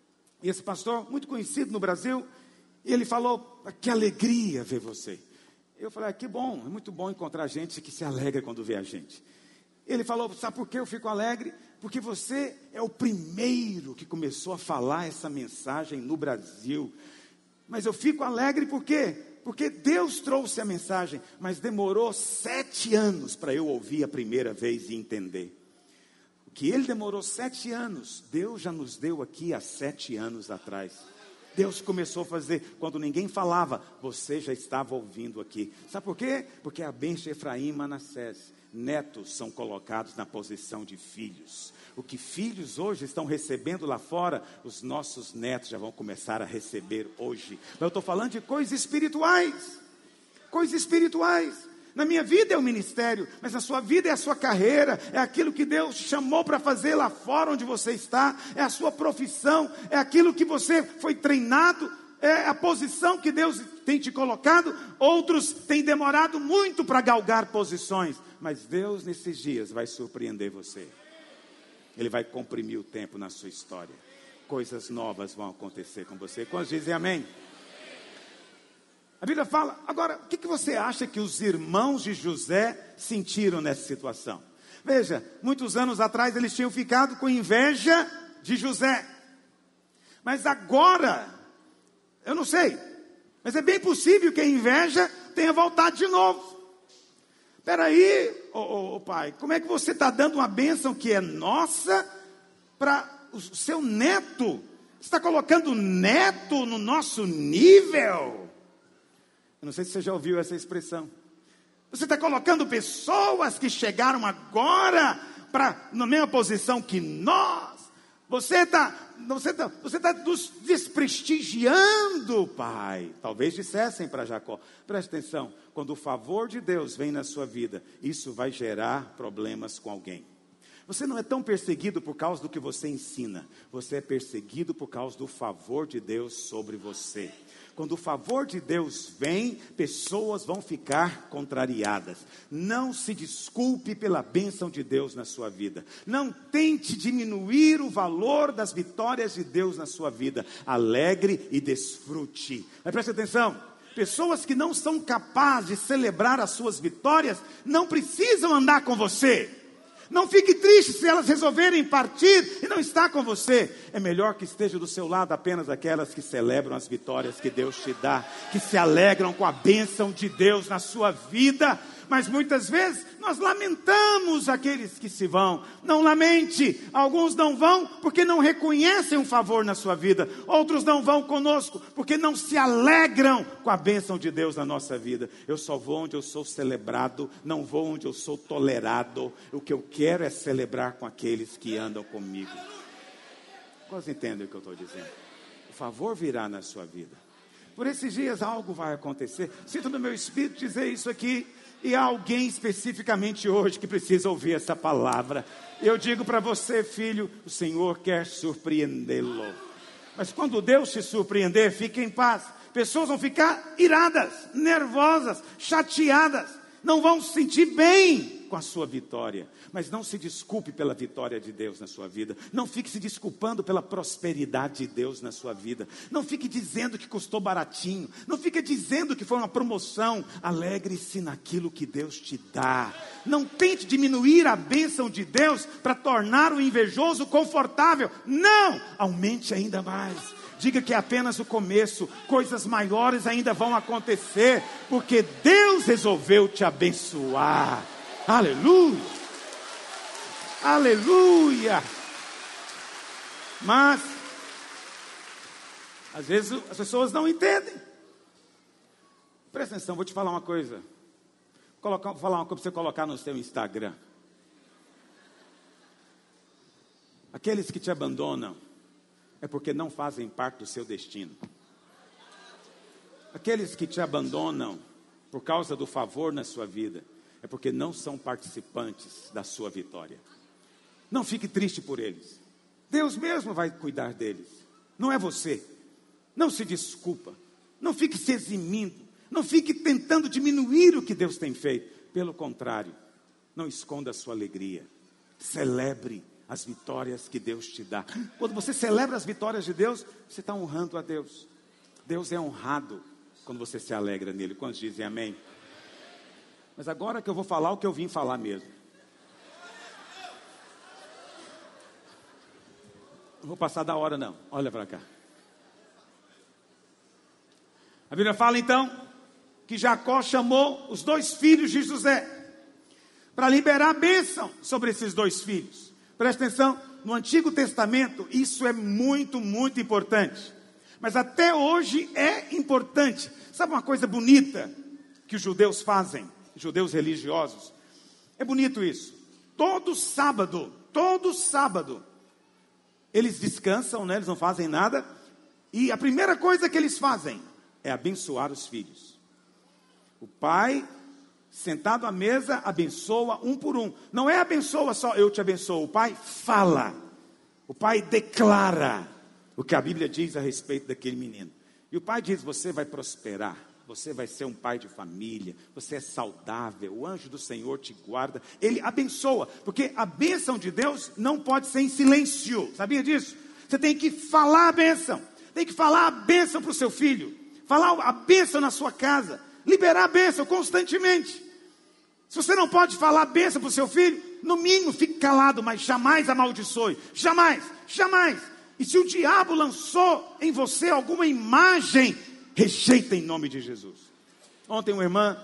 E esse pastor, muito conhecido no Brasil. E ele falou, que alegria ver você. Eu falei, ah, que bom, é muito bom encontrar gente que se alegra quando vê a gente. Ele falou, sabe por que eu fico alegre? Porque você é o primeiro que começou a falar essa mensagem no Brasil. Mas eu fico alegre por quê? Porque Deus trouxe a mensagem, mas demorou sete anos para eu ouvir a primeira vez e entender. O que ele demorou sete anos, Deus já nos deu aqui há sete anos atrás. Deus começou a fazer, quando ninguém falava, você já estava ouvindo aqui. Sabe por quê? Porque a bênção de Efraim e Manassés, netos são colocados na posição de filhos. O que filhos hoje estão recebendo lá fora, os nossos netos já vão começar a receber hoje. Mas eu estou falando de coisas espirituais. Coisas espirituais. Na minha vida é o ministério, mas na sua vida é a sua carreira, é aquilo que Deus te chamou para fazer lá fora onde você está, é a sua profissão, é aquilo que você foi treinado, é a posição que Deus tem te colocado. Outros têm demorado muito para galgar posições, mas Deus nesses dias vai surpreender você. Ele vai comprimir o tempo na sua história. Coisas novas vão acontecer com você. Quantos dizem amém? A Bíblia fala, agora, o que, que você acha que os irmãos de José sentiram nessa situação? Veja, muitos anos atrás eles tinham ficado com inveja de José. Mas agora, eu não sei, mas é bem possível que a inveja tenha voltado de novo. Espera aí, ô, ô, ô pai, como é que você está dando uma bênção que é nossa para o seu neto? Você está colocando o neto no nosso nível? Eu não sei se você já ouviu essa expressão. Você está colocando pessoas que chegaram agora para na mesma posição que nós. Você está você está você está nos desprestigiando, pai. Talvez dissessem para Jacó. Preste atenção, quando o favor de Deus vem na sua vida, isso vai gerar problemas com alguém. Você não é tão perseguido por causa do que você ensina. Você é perseguido por causa do favor de Deus sobre você. Quando o favor de Deus vem, pessoas vão ficar contrariadas. Não se desculpe pela bênção de Deus na sua vida. Não tente diminuir o valor das vitórias de Deus na sua vida. Alegre e desfrute. Mas preste atenção. Pessoas que não são capazes de celebrar as suas vitórias, não precisam andar com você. Não fique triste se elas resolverem partir e não estar com você. É melhor que esteja do seu lado apenas aquelas que celebram as vitórias que Deus te dá, que se alegram com a bênção de Deus na sua vida. Mas muitas vezes nós lamentamos aqueles que se vão. Não lamente, alguns não vão porque não reconhecem um favor na sua vida. Outros não vão conosco porque não se alegram com a bênção de Deus na nossa vida. Eu só vou onde eu sou celebrado, não vou onde eu sou tolerado. O que eu quero é celebrar com aqueles que andam comigo. Quantos entendem o que eu estou dizendo? O favor virá na sua vida. Por esses dias algo vai acontecer. Sinto no meu espírito dizer isso aqui. E há alguém especificamente hoje que precisa ouvir essa palavra. Eu digo para você, filho, o Senhor quer surpreendê-lo. Mas quando Deus te surpreender, fique em paz. Pessoas vão ficar iradas, nervosas, chateadas. Não vão se sentir bem com a sua vitória. Mas não se desculpe pela vitória de Deus na sua vida. Não fique se desculpando pela prosperidade de Deus na sua vida. Não fique dizendo que custou baratinho. Não fique dizendo que foi uma promoção. Alegre-se naquilo que Deus te dá. Não tente diminuir a bênção de Deus para tornar o invejoso confortável. Não! Aumente ainda mais. diga que é apenas o começo, coisas maiores ainda vão acontecer, porque Deus resolveu te abençoar. Aleluia, aleluia. Mas às vezes as pessoas não entendem. Presta atenção, vou te falar uma coisa. Vou falar uma coisa para você colocar no seu Instagram. Aqueles que te abandonam é porque não fazem parte do seu destino. Aqueles que te abandonam por causa do favor na sua vida é porque não são participantes da sua vitória. Não fique triste por eles. Deus mesmo vai cuidar deles. Não é você. Não se desculpa. Não fique se eximindo. Não fique tentando diminuir o que Deus tem feito. Pelo contrário, não esconda a sua alegria. Celebre as vitórias que Deus te dá. Quando você celebra as vitórias de Deus, você está honrando a Deus. Deus é honrado quando você se alegra nele. Quantos dizem amém? Mas agora que eu vou falar o que eu vim falar mesmo. Não vou passar da hora não. Olha para cá. A Bíblia fala então que Jacó chamou os dois filhos de José para liberar a bênção sobre esses dois filhos. Presta atenção, no Antigo Testamento isso é muito, muito importante. Mas até hoje é importante. Sabe uma coisa bonita que os judeus fazem, judeus religiosos? É bonito isso. Todo sábado, todo sábado, eles descansam, né? Eles não fazem nada. E a primeira coisa que eles fazem é abençoar os filhos. O pai, sentado à mesa, abençoa um por um. Não é abençoa só, eu te abençoo. O pai fala. O pai declara o que a Bíblia diz a respeito daquele menino. E o pai diz, você vai prosperar. Você vai ser um pai de família. Você é saudável. O anjo do Senhor te guarda. Ele abençoa. Porque a bênção de Deus não pode ser em silêncio. Sabia disso? Você tem que falar a bênção. Tem que falar a bênção para o seu filho. Falar a bênção na sua casa. Liberar a bênção constantemente. Se você não pode falar a bênção para o seu filho, no mínimo fique calado, mas jamais amaldiçoe. Jamais, jamais. E se o diabo lançou em você alguma imagem, rejeita em nome de Jesus. Ontem uma irmã,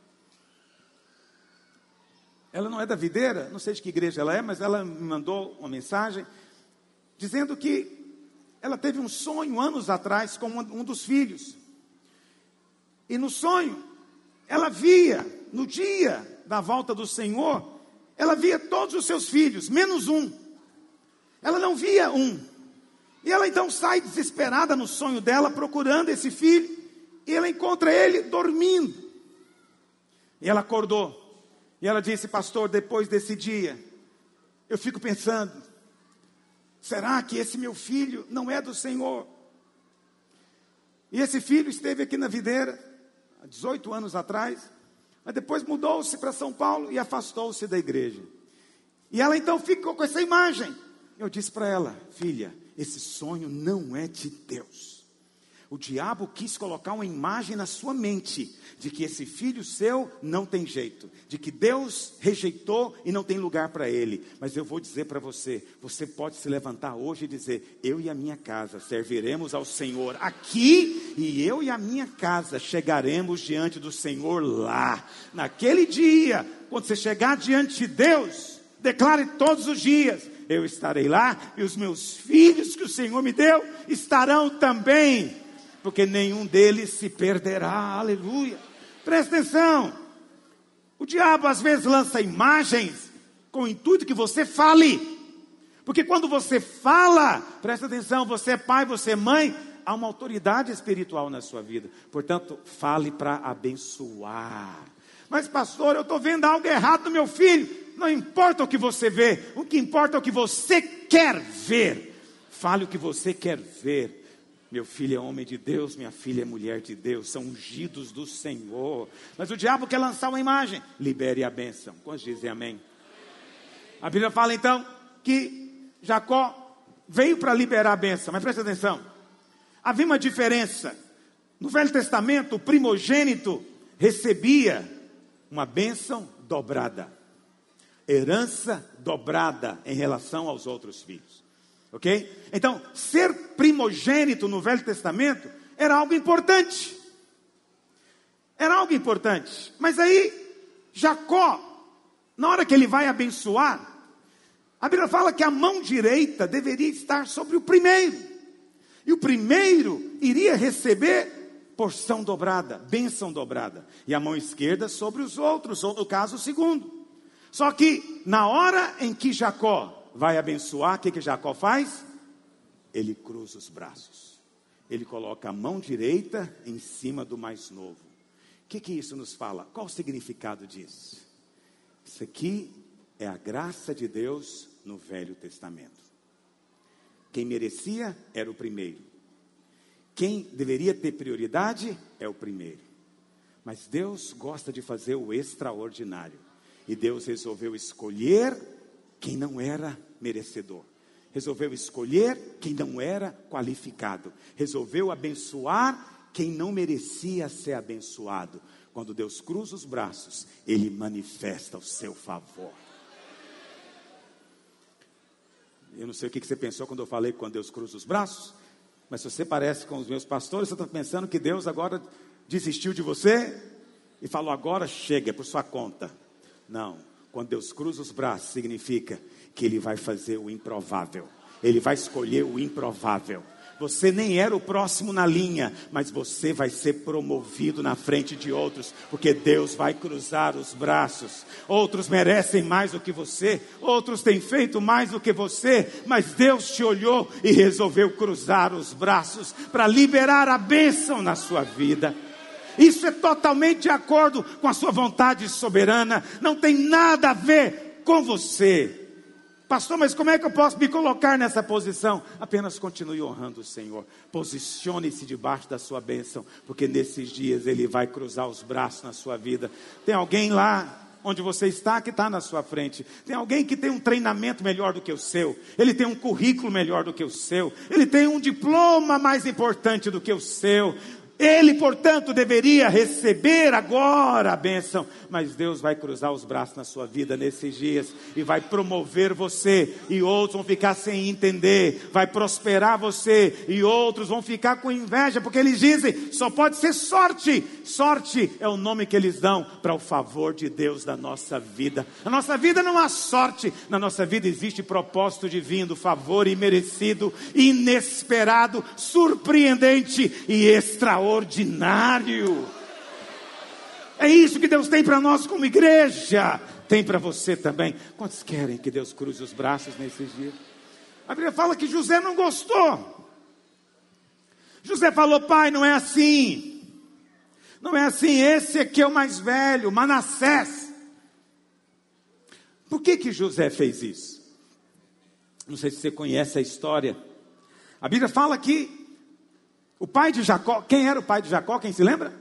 ela não é da Videira, não sei de que igreja ela é, mas ela me mandou uma mensagem dizendo que ela teve um sonho anos atrás com um dos filhos. E no sonho, ela via, no dia da volta do Senhor, ela via todos os seus filhos, menos um. Ela não via um. E ela então sai desesperada no sonho dela, procurando esse filho, e ela encontra ele dormindo. E ela acordou. E ela disse, pastor, depois desse dia, eu fico pensando, será que esse meu filho não é do Senhor? E esse filho esteve aqui na Videira, há dezoito anos atrás, mas depois mudou-se para São Paulo e afastou-se da igreja. E ela então ficou com essa imagem. Eu disse para ela, filha, esse sonho não é de Deus. O diabo quis colocar uma imagem na sua mente, de que esse filho seu não tem jeito, de que Deus rejeitou e não tem lugar para ele. Mas eu vou dizer para você, você pode se levantar hoje e dizer, eu e a minha casa serviremos ao Senhor aqui, e eu e a minha casa chegaremos diante do Senhor lá. Naquele dia, quando você chegar diante de Deus, declare todos os dias, eu estarei lá, e os meus filhos que o Senhor me deu, estarão também, porque nenhum deles se perderá, aleluia. Presta atenção, o diabo às vezes lança imagens, com o intuito que você fale, porque quando você fala, presta atenção, você é pai, você é mãe, há uma autoridade espiritual na sua vida, portanto, fale para abençoar. Mas pastor, eu estou vendo algo errado no meu filho. Não importa o que você vê, o que importa é o que você quer ver. Fale o que você quer ver. Meu filho é homem de Deus, minha filha é mulher de Deus, são ungidos do Senhor. Mas o diabo quer lançar uma imagem, libere a bênção. Quantos dizem amém? A Bíblia fala então que Jacó veio para liberar a bênção, mas presta atenção, havia uma diferença. No Velho Testamento, o primogênito recebia uma bênção dobrada, herança dobrada em relação aos outros filhos. Ok? Então, ser primogênito no Velho Testamento era algo importante. Era algo importante. Mas aí, Jacó, na hora que ele vai abençoar, a Bíblia fala que a mão direita deveria estar sobre o primeiro. E o primeiro iria receber porção dobrada, bênção dobrada. E a mão esquerda sobre os outros, ou no caso o segundo. Só que na hora em que Jacó vai abençoar, o que, que Jacó faz? Ele cruza os braços. Ele coloca a mão direita em cima do mais novo. O que, que isso nos fala? Qual o significado disso? Isso aqui é a graça de Deus no Velho Testamento. Quem merecia era o primeiro. Quem deveria ter prioridade é o primeiro. Mas Deus gosta de fazer o extraordinário. E Deus resolveu escolher quem não era merecedor. Resolveu escolher quem não era qualificado. Resolveu abençoar quem não merecia ser abençoado. Quando Deus cruza os braços, Ele manifesta o seu favor. Eu não sei o que você pensou quando eu falei quando Deus cruza os braços. Mas se você parece com os meus pastores, você está pensando que Deus agora desistiu de você e falou, agora chega, é por sua conta. Não, quando Deus cruza os braços, significa que Ele vai fazer o improvável. Ele vai escolher o improvável. Você nem era o próximo na linha, mas você vai ser promovido na frente de outros, porque Deus vai cruzar os braços. Outros merecem mais do que você, outros têm feito mais do que você, mas Deus te olhou e resolveu cruzar os braços para liberar a bênção na sua vida. Isso é totalmente de acordo com a sua vontade soberana, não tem nada a ver com você. Pastor, mas como é que eu posso me colocar nessa posição? Apenas continue honrando o Senhor. Posicione-se debaixo da sua bênção, porque nesses dias Ele vai cruzar os braços na sua vida. Tem alguém lá onde você está que está na sua frente. Tem alguém que tem um treinamento melhor do que o seu. Ele tem um currículo melhor do que o seu. Ele tem um diploma mais importante do que o seu. Ele, portanto, deveria receber agora a bênção, mas Deus vai cruzar os braços na sua vida nesses dias e vai promover você, e outros vão ficar sem entender, vai prosperar você, e outros vão ficar com inveja, porque eles dizem, só pode ser sorte. Sorte é o nome que eles dão para o favor de Deus da nossa vida. Na nossa vida não há sorte, na nossa vida existe propósito divino, favor imerecido, inesperado, surpreendente e extraordinário. Ordinário. É isso que Deus tem para nós como igreja. Tem para você também. Quantos querem que Deus cruze os braços nesses dias? A Bíblia fala que José não gostou. José falou, pai, não é assim. Não é assim, esse aqui é o mais velho, Manassés. Por que que José fez isso? Não sei se você conhece a história. A Bíblia fala que o pai de Jacó, quem era o pai de Jacó? Quem se lembra?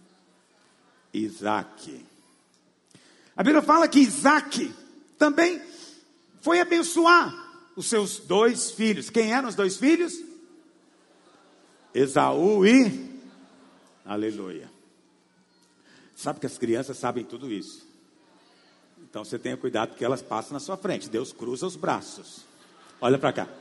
Isaac. A Bíblia fala que Isaac também foi abençoar os seus dois filhos. Quem eram os dois filhos? Esaú e... Aleluia. Sabe que as crianças sabem tudo isso. Então você tenha cuidado porque elas passam na sua frente. Deus cruza os braços. Olha para cá.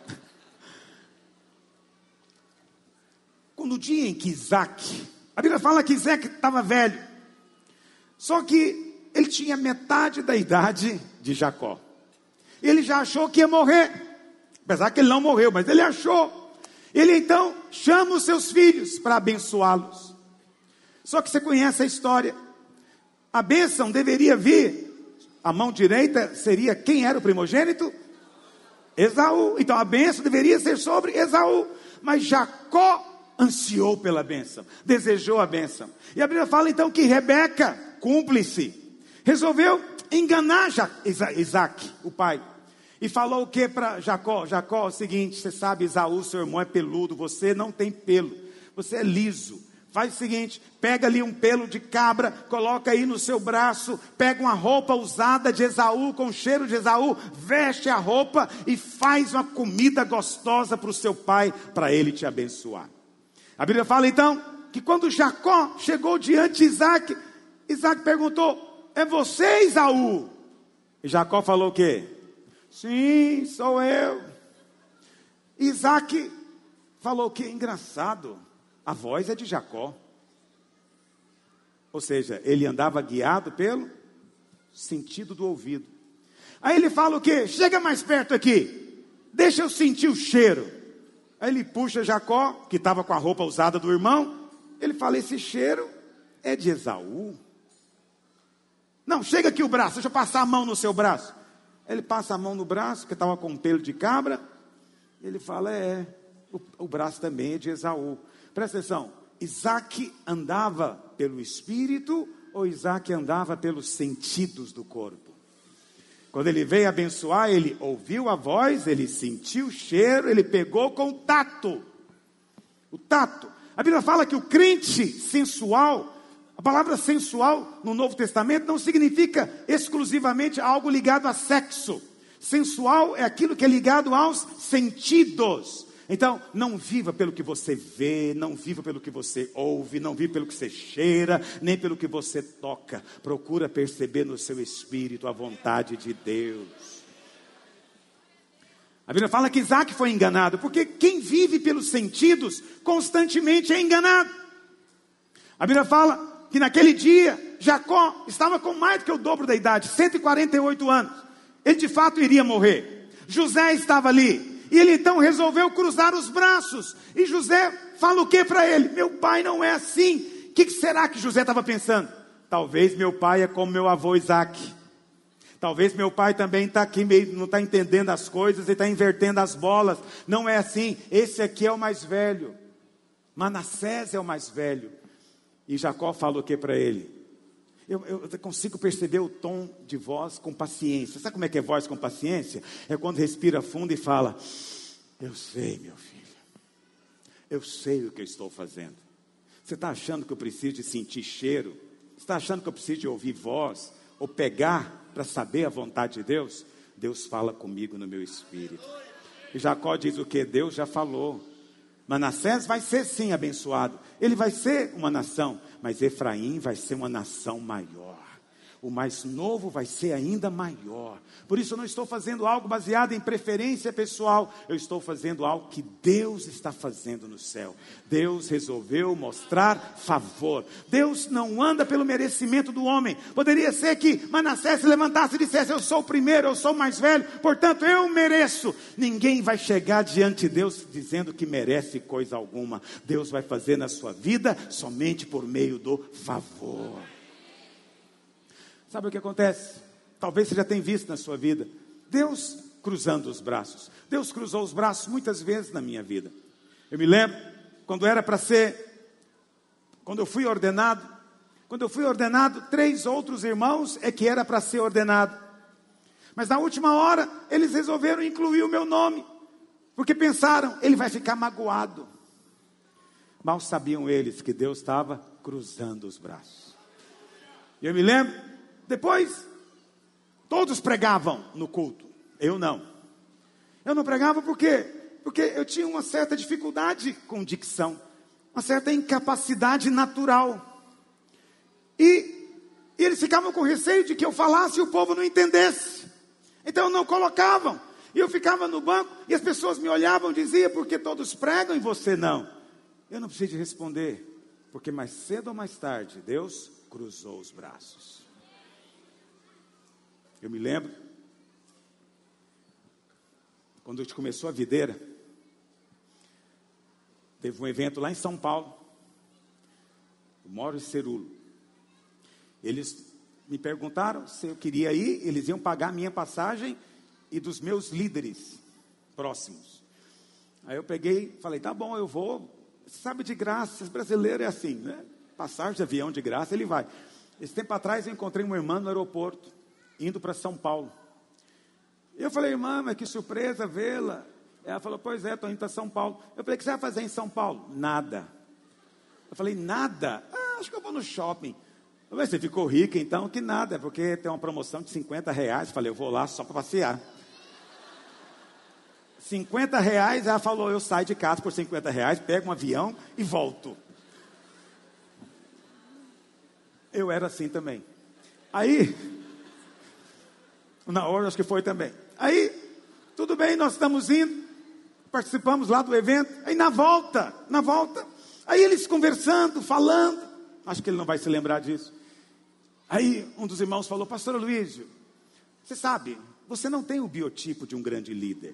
No dia em que Isaac, a Bíblia fala que Isaac estava velho, só que ele tinha metade da idade de Jacó. Ele já achou que ia morrer, apesar que ele não morreu, mas ele achou. Ele então chama os seus filhos para abençoá-los. Só que você conhece a história. A bênção deveria vir, a mão direita seria quem era o primogênito? Esaú. Então a bênção deveria ser sobre Esaú, mas Jacó ansiou pela bênção, desejou a bênção. E a Bíblia fala então que Rebeca, cúmplice, resolveu enganar Isaac, o pai. E falou o que para Jacó? Jacó, é o seguinte, você sabe, Esaú, seu irmão é peludo, você não tem pelo, você é liso. Faz o seguinte, pega ali um pelo de cabra, coloca aí no seu braço, pega uma roupa usada de Esaú, com cheiro de Esaú, veste a roupa e faz uma comida gostosa para o seu pai, para ele te abençoar. A Bíblia fala então, que quando Jacó chegou diante de Isaac, Isaac perguntou, é você, Esaú? E Jacó falou o quê? Sim, sou eu. Isaac falou que engraçado, a voz é de Jacó. Ou seja, ele andava guiado pelo sentido do ouvido. Aí ele fala o quê? Chega mais perto aqui, deixa eu sentir o cheiro. Aí ele puxa Jacó, que estava com a roupa usada do irmão. Ele fala, esse cheiro é de Esaú. Não, chega aqui o braço, deixa eu passar a mão no seu braço. Ele passa a mão no braço, que estava com um pelo de cabra. Ele fala, é, o, o braço também é de Esaú. Presta atenção, Isaac andava pelo espírito ou Isaac andava pelos sentidos do corpo? Quando ele veio abençoar, ele ouviu a voz, ele sentiu o cheiro, ele pegou com o tato. O tato. A Bíblia fala que o crente sensual, a palavra sensual no Novo Testamento não significa exclusivamente algo ligado a sexo. Sensual é aquilo que é ligado aos sentidos. Então, não viva pelo que você vê, não viva pelo que você ouve, não viva pelo que você cheira, nem pelo que você toca. Procura perceber no seu espírito a vontade de Deus. A Bíblia fala que Isaac foi enganado, porque quem vive pelos sentidos constantemente é enganado. A Bíblia fala que naquele dia, Jacó estava com mais do que o dobro da idade, cento e quarenta e oito anos. Ele de fato iria morrer. José estava ali. E ele então resolveu cruzar os braços. E José fala o que para ele? Meu pai não é assim. O que, que será que José estava pensando? Talvez meu pai é como meu avô Isaac. Talvez meu pai também está aqui, meio, não está entendendo as coisas e está invertendo as bolas. Não é assim. Esse aqui é o mais velho. Manassés é o mais velho. E Jacó fala o que para ele? Eu, eu consigo perceber o tom de voz com paciência. Sabe como é que é voz com paciência? É quando respira fundo e fala, eu sei, meu filho. Eu sei o que eu estou fazendo. Você está achando que eu preciso de sentir cheiro? Você está achando que eu preciso de ouvir voz? Ou pegar para saber a vontade de Deus? Deus fala comigo no meu espírito. E Jacó diz o que? Deus já falou. Manassés vai ser sim abençoado. Ele vai ser uma nação. Mas Efraim vai ser uma nação maior. O mais novo vai ser ainda maior. Por isso eu não estou fazendo algo baseado em preferência pessoal. Eu estou fazendo algo que Deus está fazendo no céu. Deus resolveu mostrar favor. Deus não anda pelo merecimento do homem. Poderia ser que Manassés se levantasse e dissesse, eu sou o primeiro, eu sou o mais velho, portanto eu mereço. Ninguém vai chegar diante de Deus dizendo que merece coisa alguma. Deus vai fazer na sua vida somente por meio do favor. Sabe o que acontece? Talvez você já tenha visto na sua vida. Deus cruzando os braços. Deus cruzou os braços muitas vezes na minha vida. Eu me lembro, quando era para ser, quando eu fui ordenado, quando eu fui ordenado, três outros irmãos é que era para ser ordenado. Mas na última hora, eles resolveram incluir o meu nome. Porque pensaram, ele vai ficar magoado. Mal sabiam eles que Deus estava cruzando os braços. E eu me lembro, depois, todos pregavam no culto. Eu não. Eu não pregava por quê? Porque eu tinha uma certa dificuldade com dicção. Uma certa incapacidade natural. E, e eles ficavam com receio de que eu falasse e o povo não entendesse. Então não colocavam. E eu ficava no banco e as pessoas me olhavam e diziam, porque todos pregam e você não. Eu não preciso responder. Porque mais cedo ou mais tarde, Deus cruzou os braços. Eu me lembro, quando a gente começou a videira, teve um evento lá em São Paulo, eu moro em Cerulo. Eles me perguntaram se eu queria ir, eles iam pagar a minha passagem e dos meus líderes próximos. Aí eu peguei, falei, tá bom, eu vou, sabe de graça, brasileiro é assim, né? Passagem de avião de graça, ele vai. Esse tempo atrás eu encontrei uma irmã no aeroporto, indo para São Paulo. Eu falei, irmã, mas que surpresa vê-la. Ela falou, pois é, estou indo para São Paulo. Eu falei, o que você vai fazer em São Paulo? Nada. Eu falei, nada? Ah, acho que eu vou no shopping. Eu falei, você ficou rica então? Que nada, é porque tem uma promoção de cinquenta reais. Eu falei, eu vou lá só para passear. cinquenta reais, ela falou, eu saio de casa por cinquenta reais, pego um avião e volto. Eu era assim também. Aí... Na hora, acho que foi também. Aí, tudo bem, nós estamos indo. participamos lá do evento, aí na volta, na volta, aí eles conversando, falando, acho que ele não vai se lembrar disso. Aí um dos irmãos falou: pastor Aloísio, você sabe, você não tem o biotipo de um grande líder.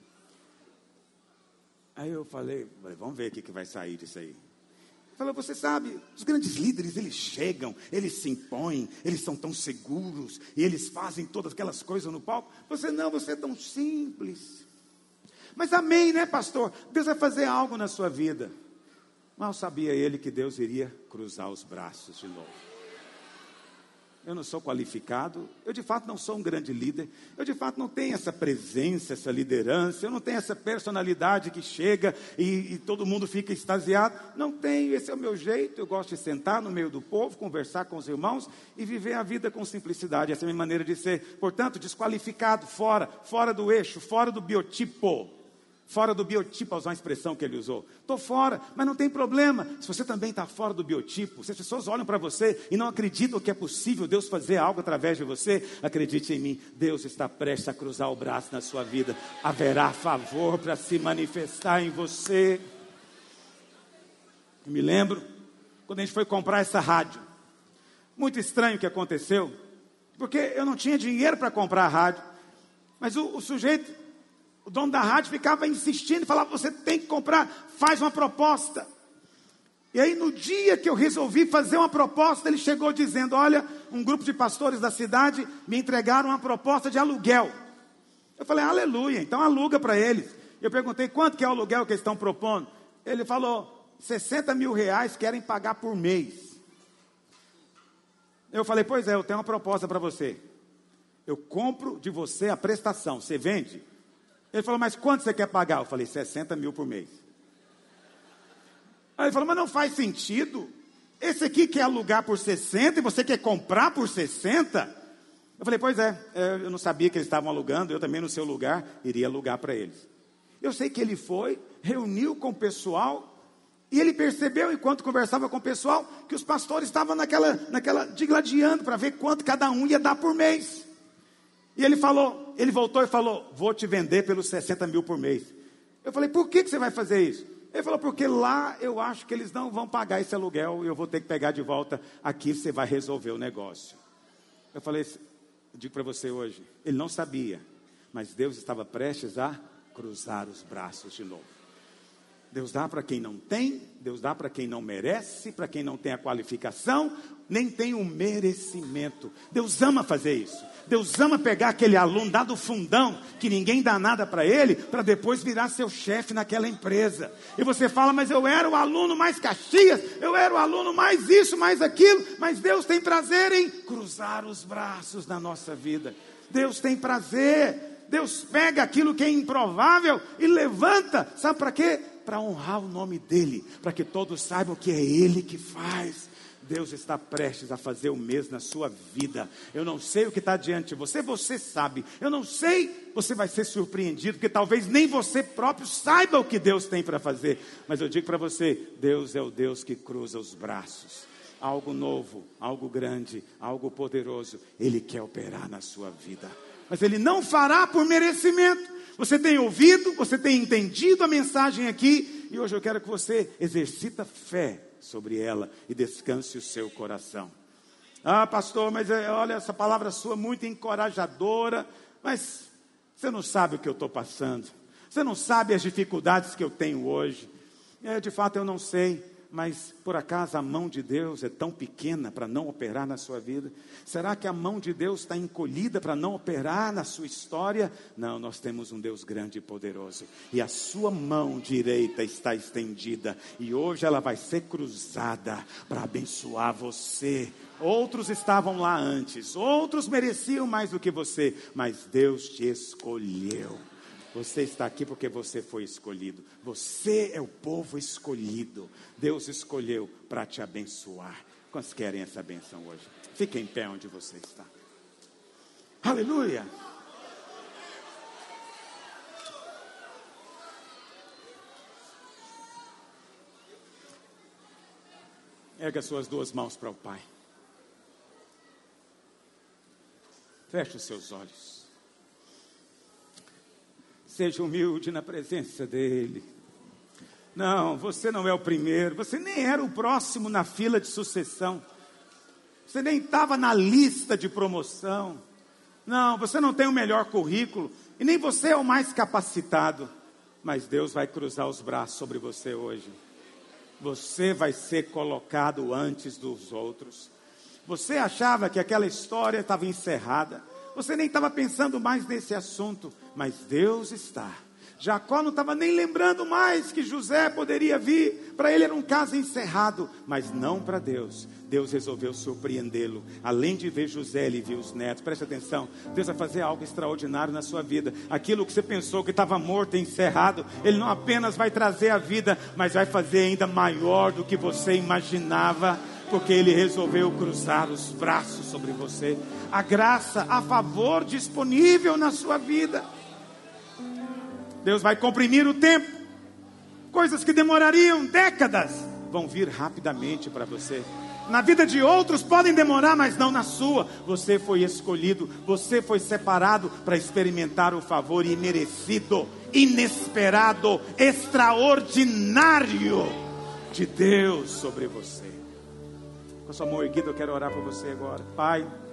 Aí eu falei, vamos ver o que, que vai sair disso aí. Falou: você sabe, os grandes líderes, eles chegam, eles se impõem, eles são tão seguros, e eles fazem todas aquelas coisas no palco. Você não, você é tão simples. Mas amém, né, pastor? Deus vai fazer algo na sua vida. Mal sabia ele que Deus iria cruzar os braços de novo. Eu não sou qualificado, eu de fato não sou um grande líder, eu de fato não tenho essa presença, essa liderança, eu não tenho essa personalidade que chega e, e todo mundo fica extasiado. Não tenho, esse é o meu jeito. Eu gosto de sentar no meio do povo, conversar com os irmãos e viver a vida com simplicidade. Essa é a minha maneira de ser. Portanto, desqualificado, fora, fora do eixo, fora do biotipo. Fora do biotipo, a usar a expressão que ele usou. Estou fora, mas não tem problema. Se você também está fora do biotipo, se as pessoas olham para você e não acreditam que é possível Deus fazer algo através de você, acredite em mim, Deus está prestes a cruzar o braço na sua vida. Haverá favor para se manifestar em você. Eu me lembro, quando a gente foi comprar essa rádio, muito estranho o que aconteceu, porque eu não tinha dinheiro para comprar a rádio, mas o, o sujeito... O dono da rádio ficava insistindo e falava: você tem que comprar, faz uma proposta. E aí no dia que eu resolvi fazer uma proposta, ele chegou dizendo: olha, um grupo de pastores da cidade me entregaram uma proposta de aluguel. Eu falei: aleluia, então aluga para eles. Eu perguntei: quanto que é o aluguel que eles estão propondo? Ele falou: sessenta mil reais querem pagar por mês. Eu falei: pois é, eu tenho uma proposta para você. Eu compro de você a prestação, você vende? Ele falou: mas quanto você quer pagar? Eu falei: sessenta mil por mês. Aí ele falou: mas não faz sentido. Esse aqui quer alugar por sessenta e você quer comprar por sessenta? Eu falei: pois é, eu não sabia que eles estavam alugando, eu também no seu lugar iria alugar para eles. Eu sei que ele foi, reuniu com o pessoal, e ele percebeu, enquanto conversava com o pessoal, que os pastores estavam naquela, naquela digladiando para ver quanto cada um ia dar por mês. E ele falou, ele voltou e falou: vou te vender pelos sessenta mil por mês. Eu falei: por que, que você vai fazer isso? Ele falou: porque lá eu acho que eles não vão pagar esse aluguel e eu vou ter que pegar de volta. Aqui você vai resolver o negócio. Eu falei, eu digo para você hoje, ele não sabia, mas Deus estava prestes a cruzar os braços de novo. Deus dá para quem não tem, Deus dá para quem não merece, para quem não tem a qualificação, nem tem o merecimento. Deus ama fazer isso. Deus ama pegar aquele aluno, dar do fundão, que ninguém dá nada para ele, para depois virar seu chefe naquela empresa. E você fala: mas eu era o aluno mais Caxias, eu era o aluno mais isso, mais aquilo. Mas Deus tem prazer em cruzar os braços na nossa vida. Deus tem prazer. Deus pega aquilo que é improvável e levanta. Sabe para quê? Para honrar o nome dele, para que todos saibam que é ele que faz. Deus está prestes a fazer o mesmo na sua vida. Eu não sei o que está diante de você, você sabe. Eu não sei, você vai ser surpreendido, porque talvez nem você próprio saiba o que Deus tem para fazer. Mas eu digo para você, Deus é o Deus que cruza os braços. Algo novo, algo grande, algo poderoso, Ele quer operar na sua vida. Mas Ele não fará por merecimento. Você tem ouvido, você tem entendido a mensagem aqui, e hoje eu quero que você exercita fé sobre ela e descanse o seu coração. Ah, pastor, mas olha, essa palavra sua é muito encorajadora, mas você não sabe o que eu estou passando, você não sabe as dificuldades que eu tenho hoje. É, de fato eu não sei, mas por acaso a mão de Deus é tão pequena para não operar na sua vida? Será que a mão de Deus está encolhida para não operar na sua história? Não, nós temos um Deus grande e poderoso, e a sua mão direita está estendida, e hoje ela vai ser cruzada para abençoar você. Outros estavam lá antes, outros mereciam mais do que você, mas Deus te escolheu. Você está aqui porque você foi escolhido. Você é o povo escolhido. Deus escolheu para te abençoar. Quantos querem essa benção hoje? Fique em pé onde você está. Aleluia! Erga suas duas mãos para o Pai. Feche os seus olhos. Seja humilde na presença dele. Não, você não é o primeiro, você nem era o próximo na fila de sucessão. Você nem estava na lista de promoção. Não, você não tem o melhor currículo. E nem você é o mais capacitado. Mas Deus vai cruzar os braços sobre você hoje. Você vai ser colocado antes dos outros. Você achava que aquela história estava encerrada. Você nem estava pensando mais nesse assunto. Mas Deus está. Jacó não estava nem lembrando mais que José poderia vir. Para ele era um caso encerrado, mas não para Deus. Deus resolveu surpreendê-lo. Além de ver José, ele viu os netos. Preste atenção, Deus vai fazer algo extraordinário na sua vida. Aquilo que você pensou que estava morto e encerrado, Ele não apenas vai trazer a vida, mas vai fazer ainda maior do que você imaginava. Porque Ele resolveu cruzar os braços sobre você. A graça a favor disponível na sua vida. Deus vai comprimir o tempo. Coisas que demorariam décadas vão vir rapidamente para você. Na vida de outros podem demorar, mas não na sua. Você foi escolhido, você foi separado para experimentar o favor imerecido, inesperado, extraordinário de Deus sobre você. Com a sua mão erguida, eu quero orar por você agora. Pai,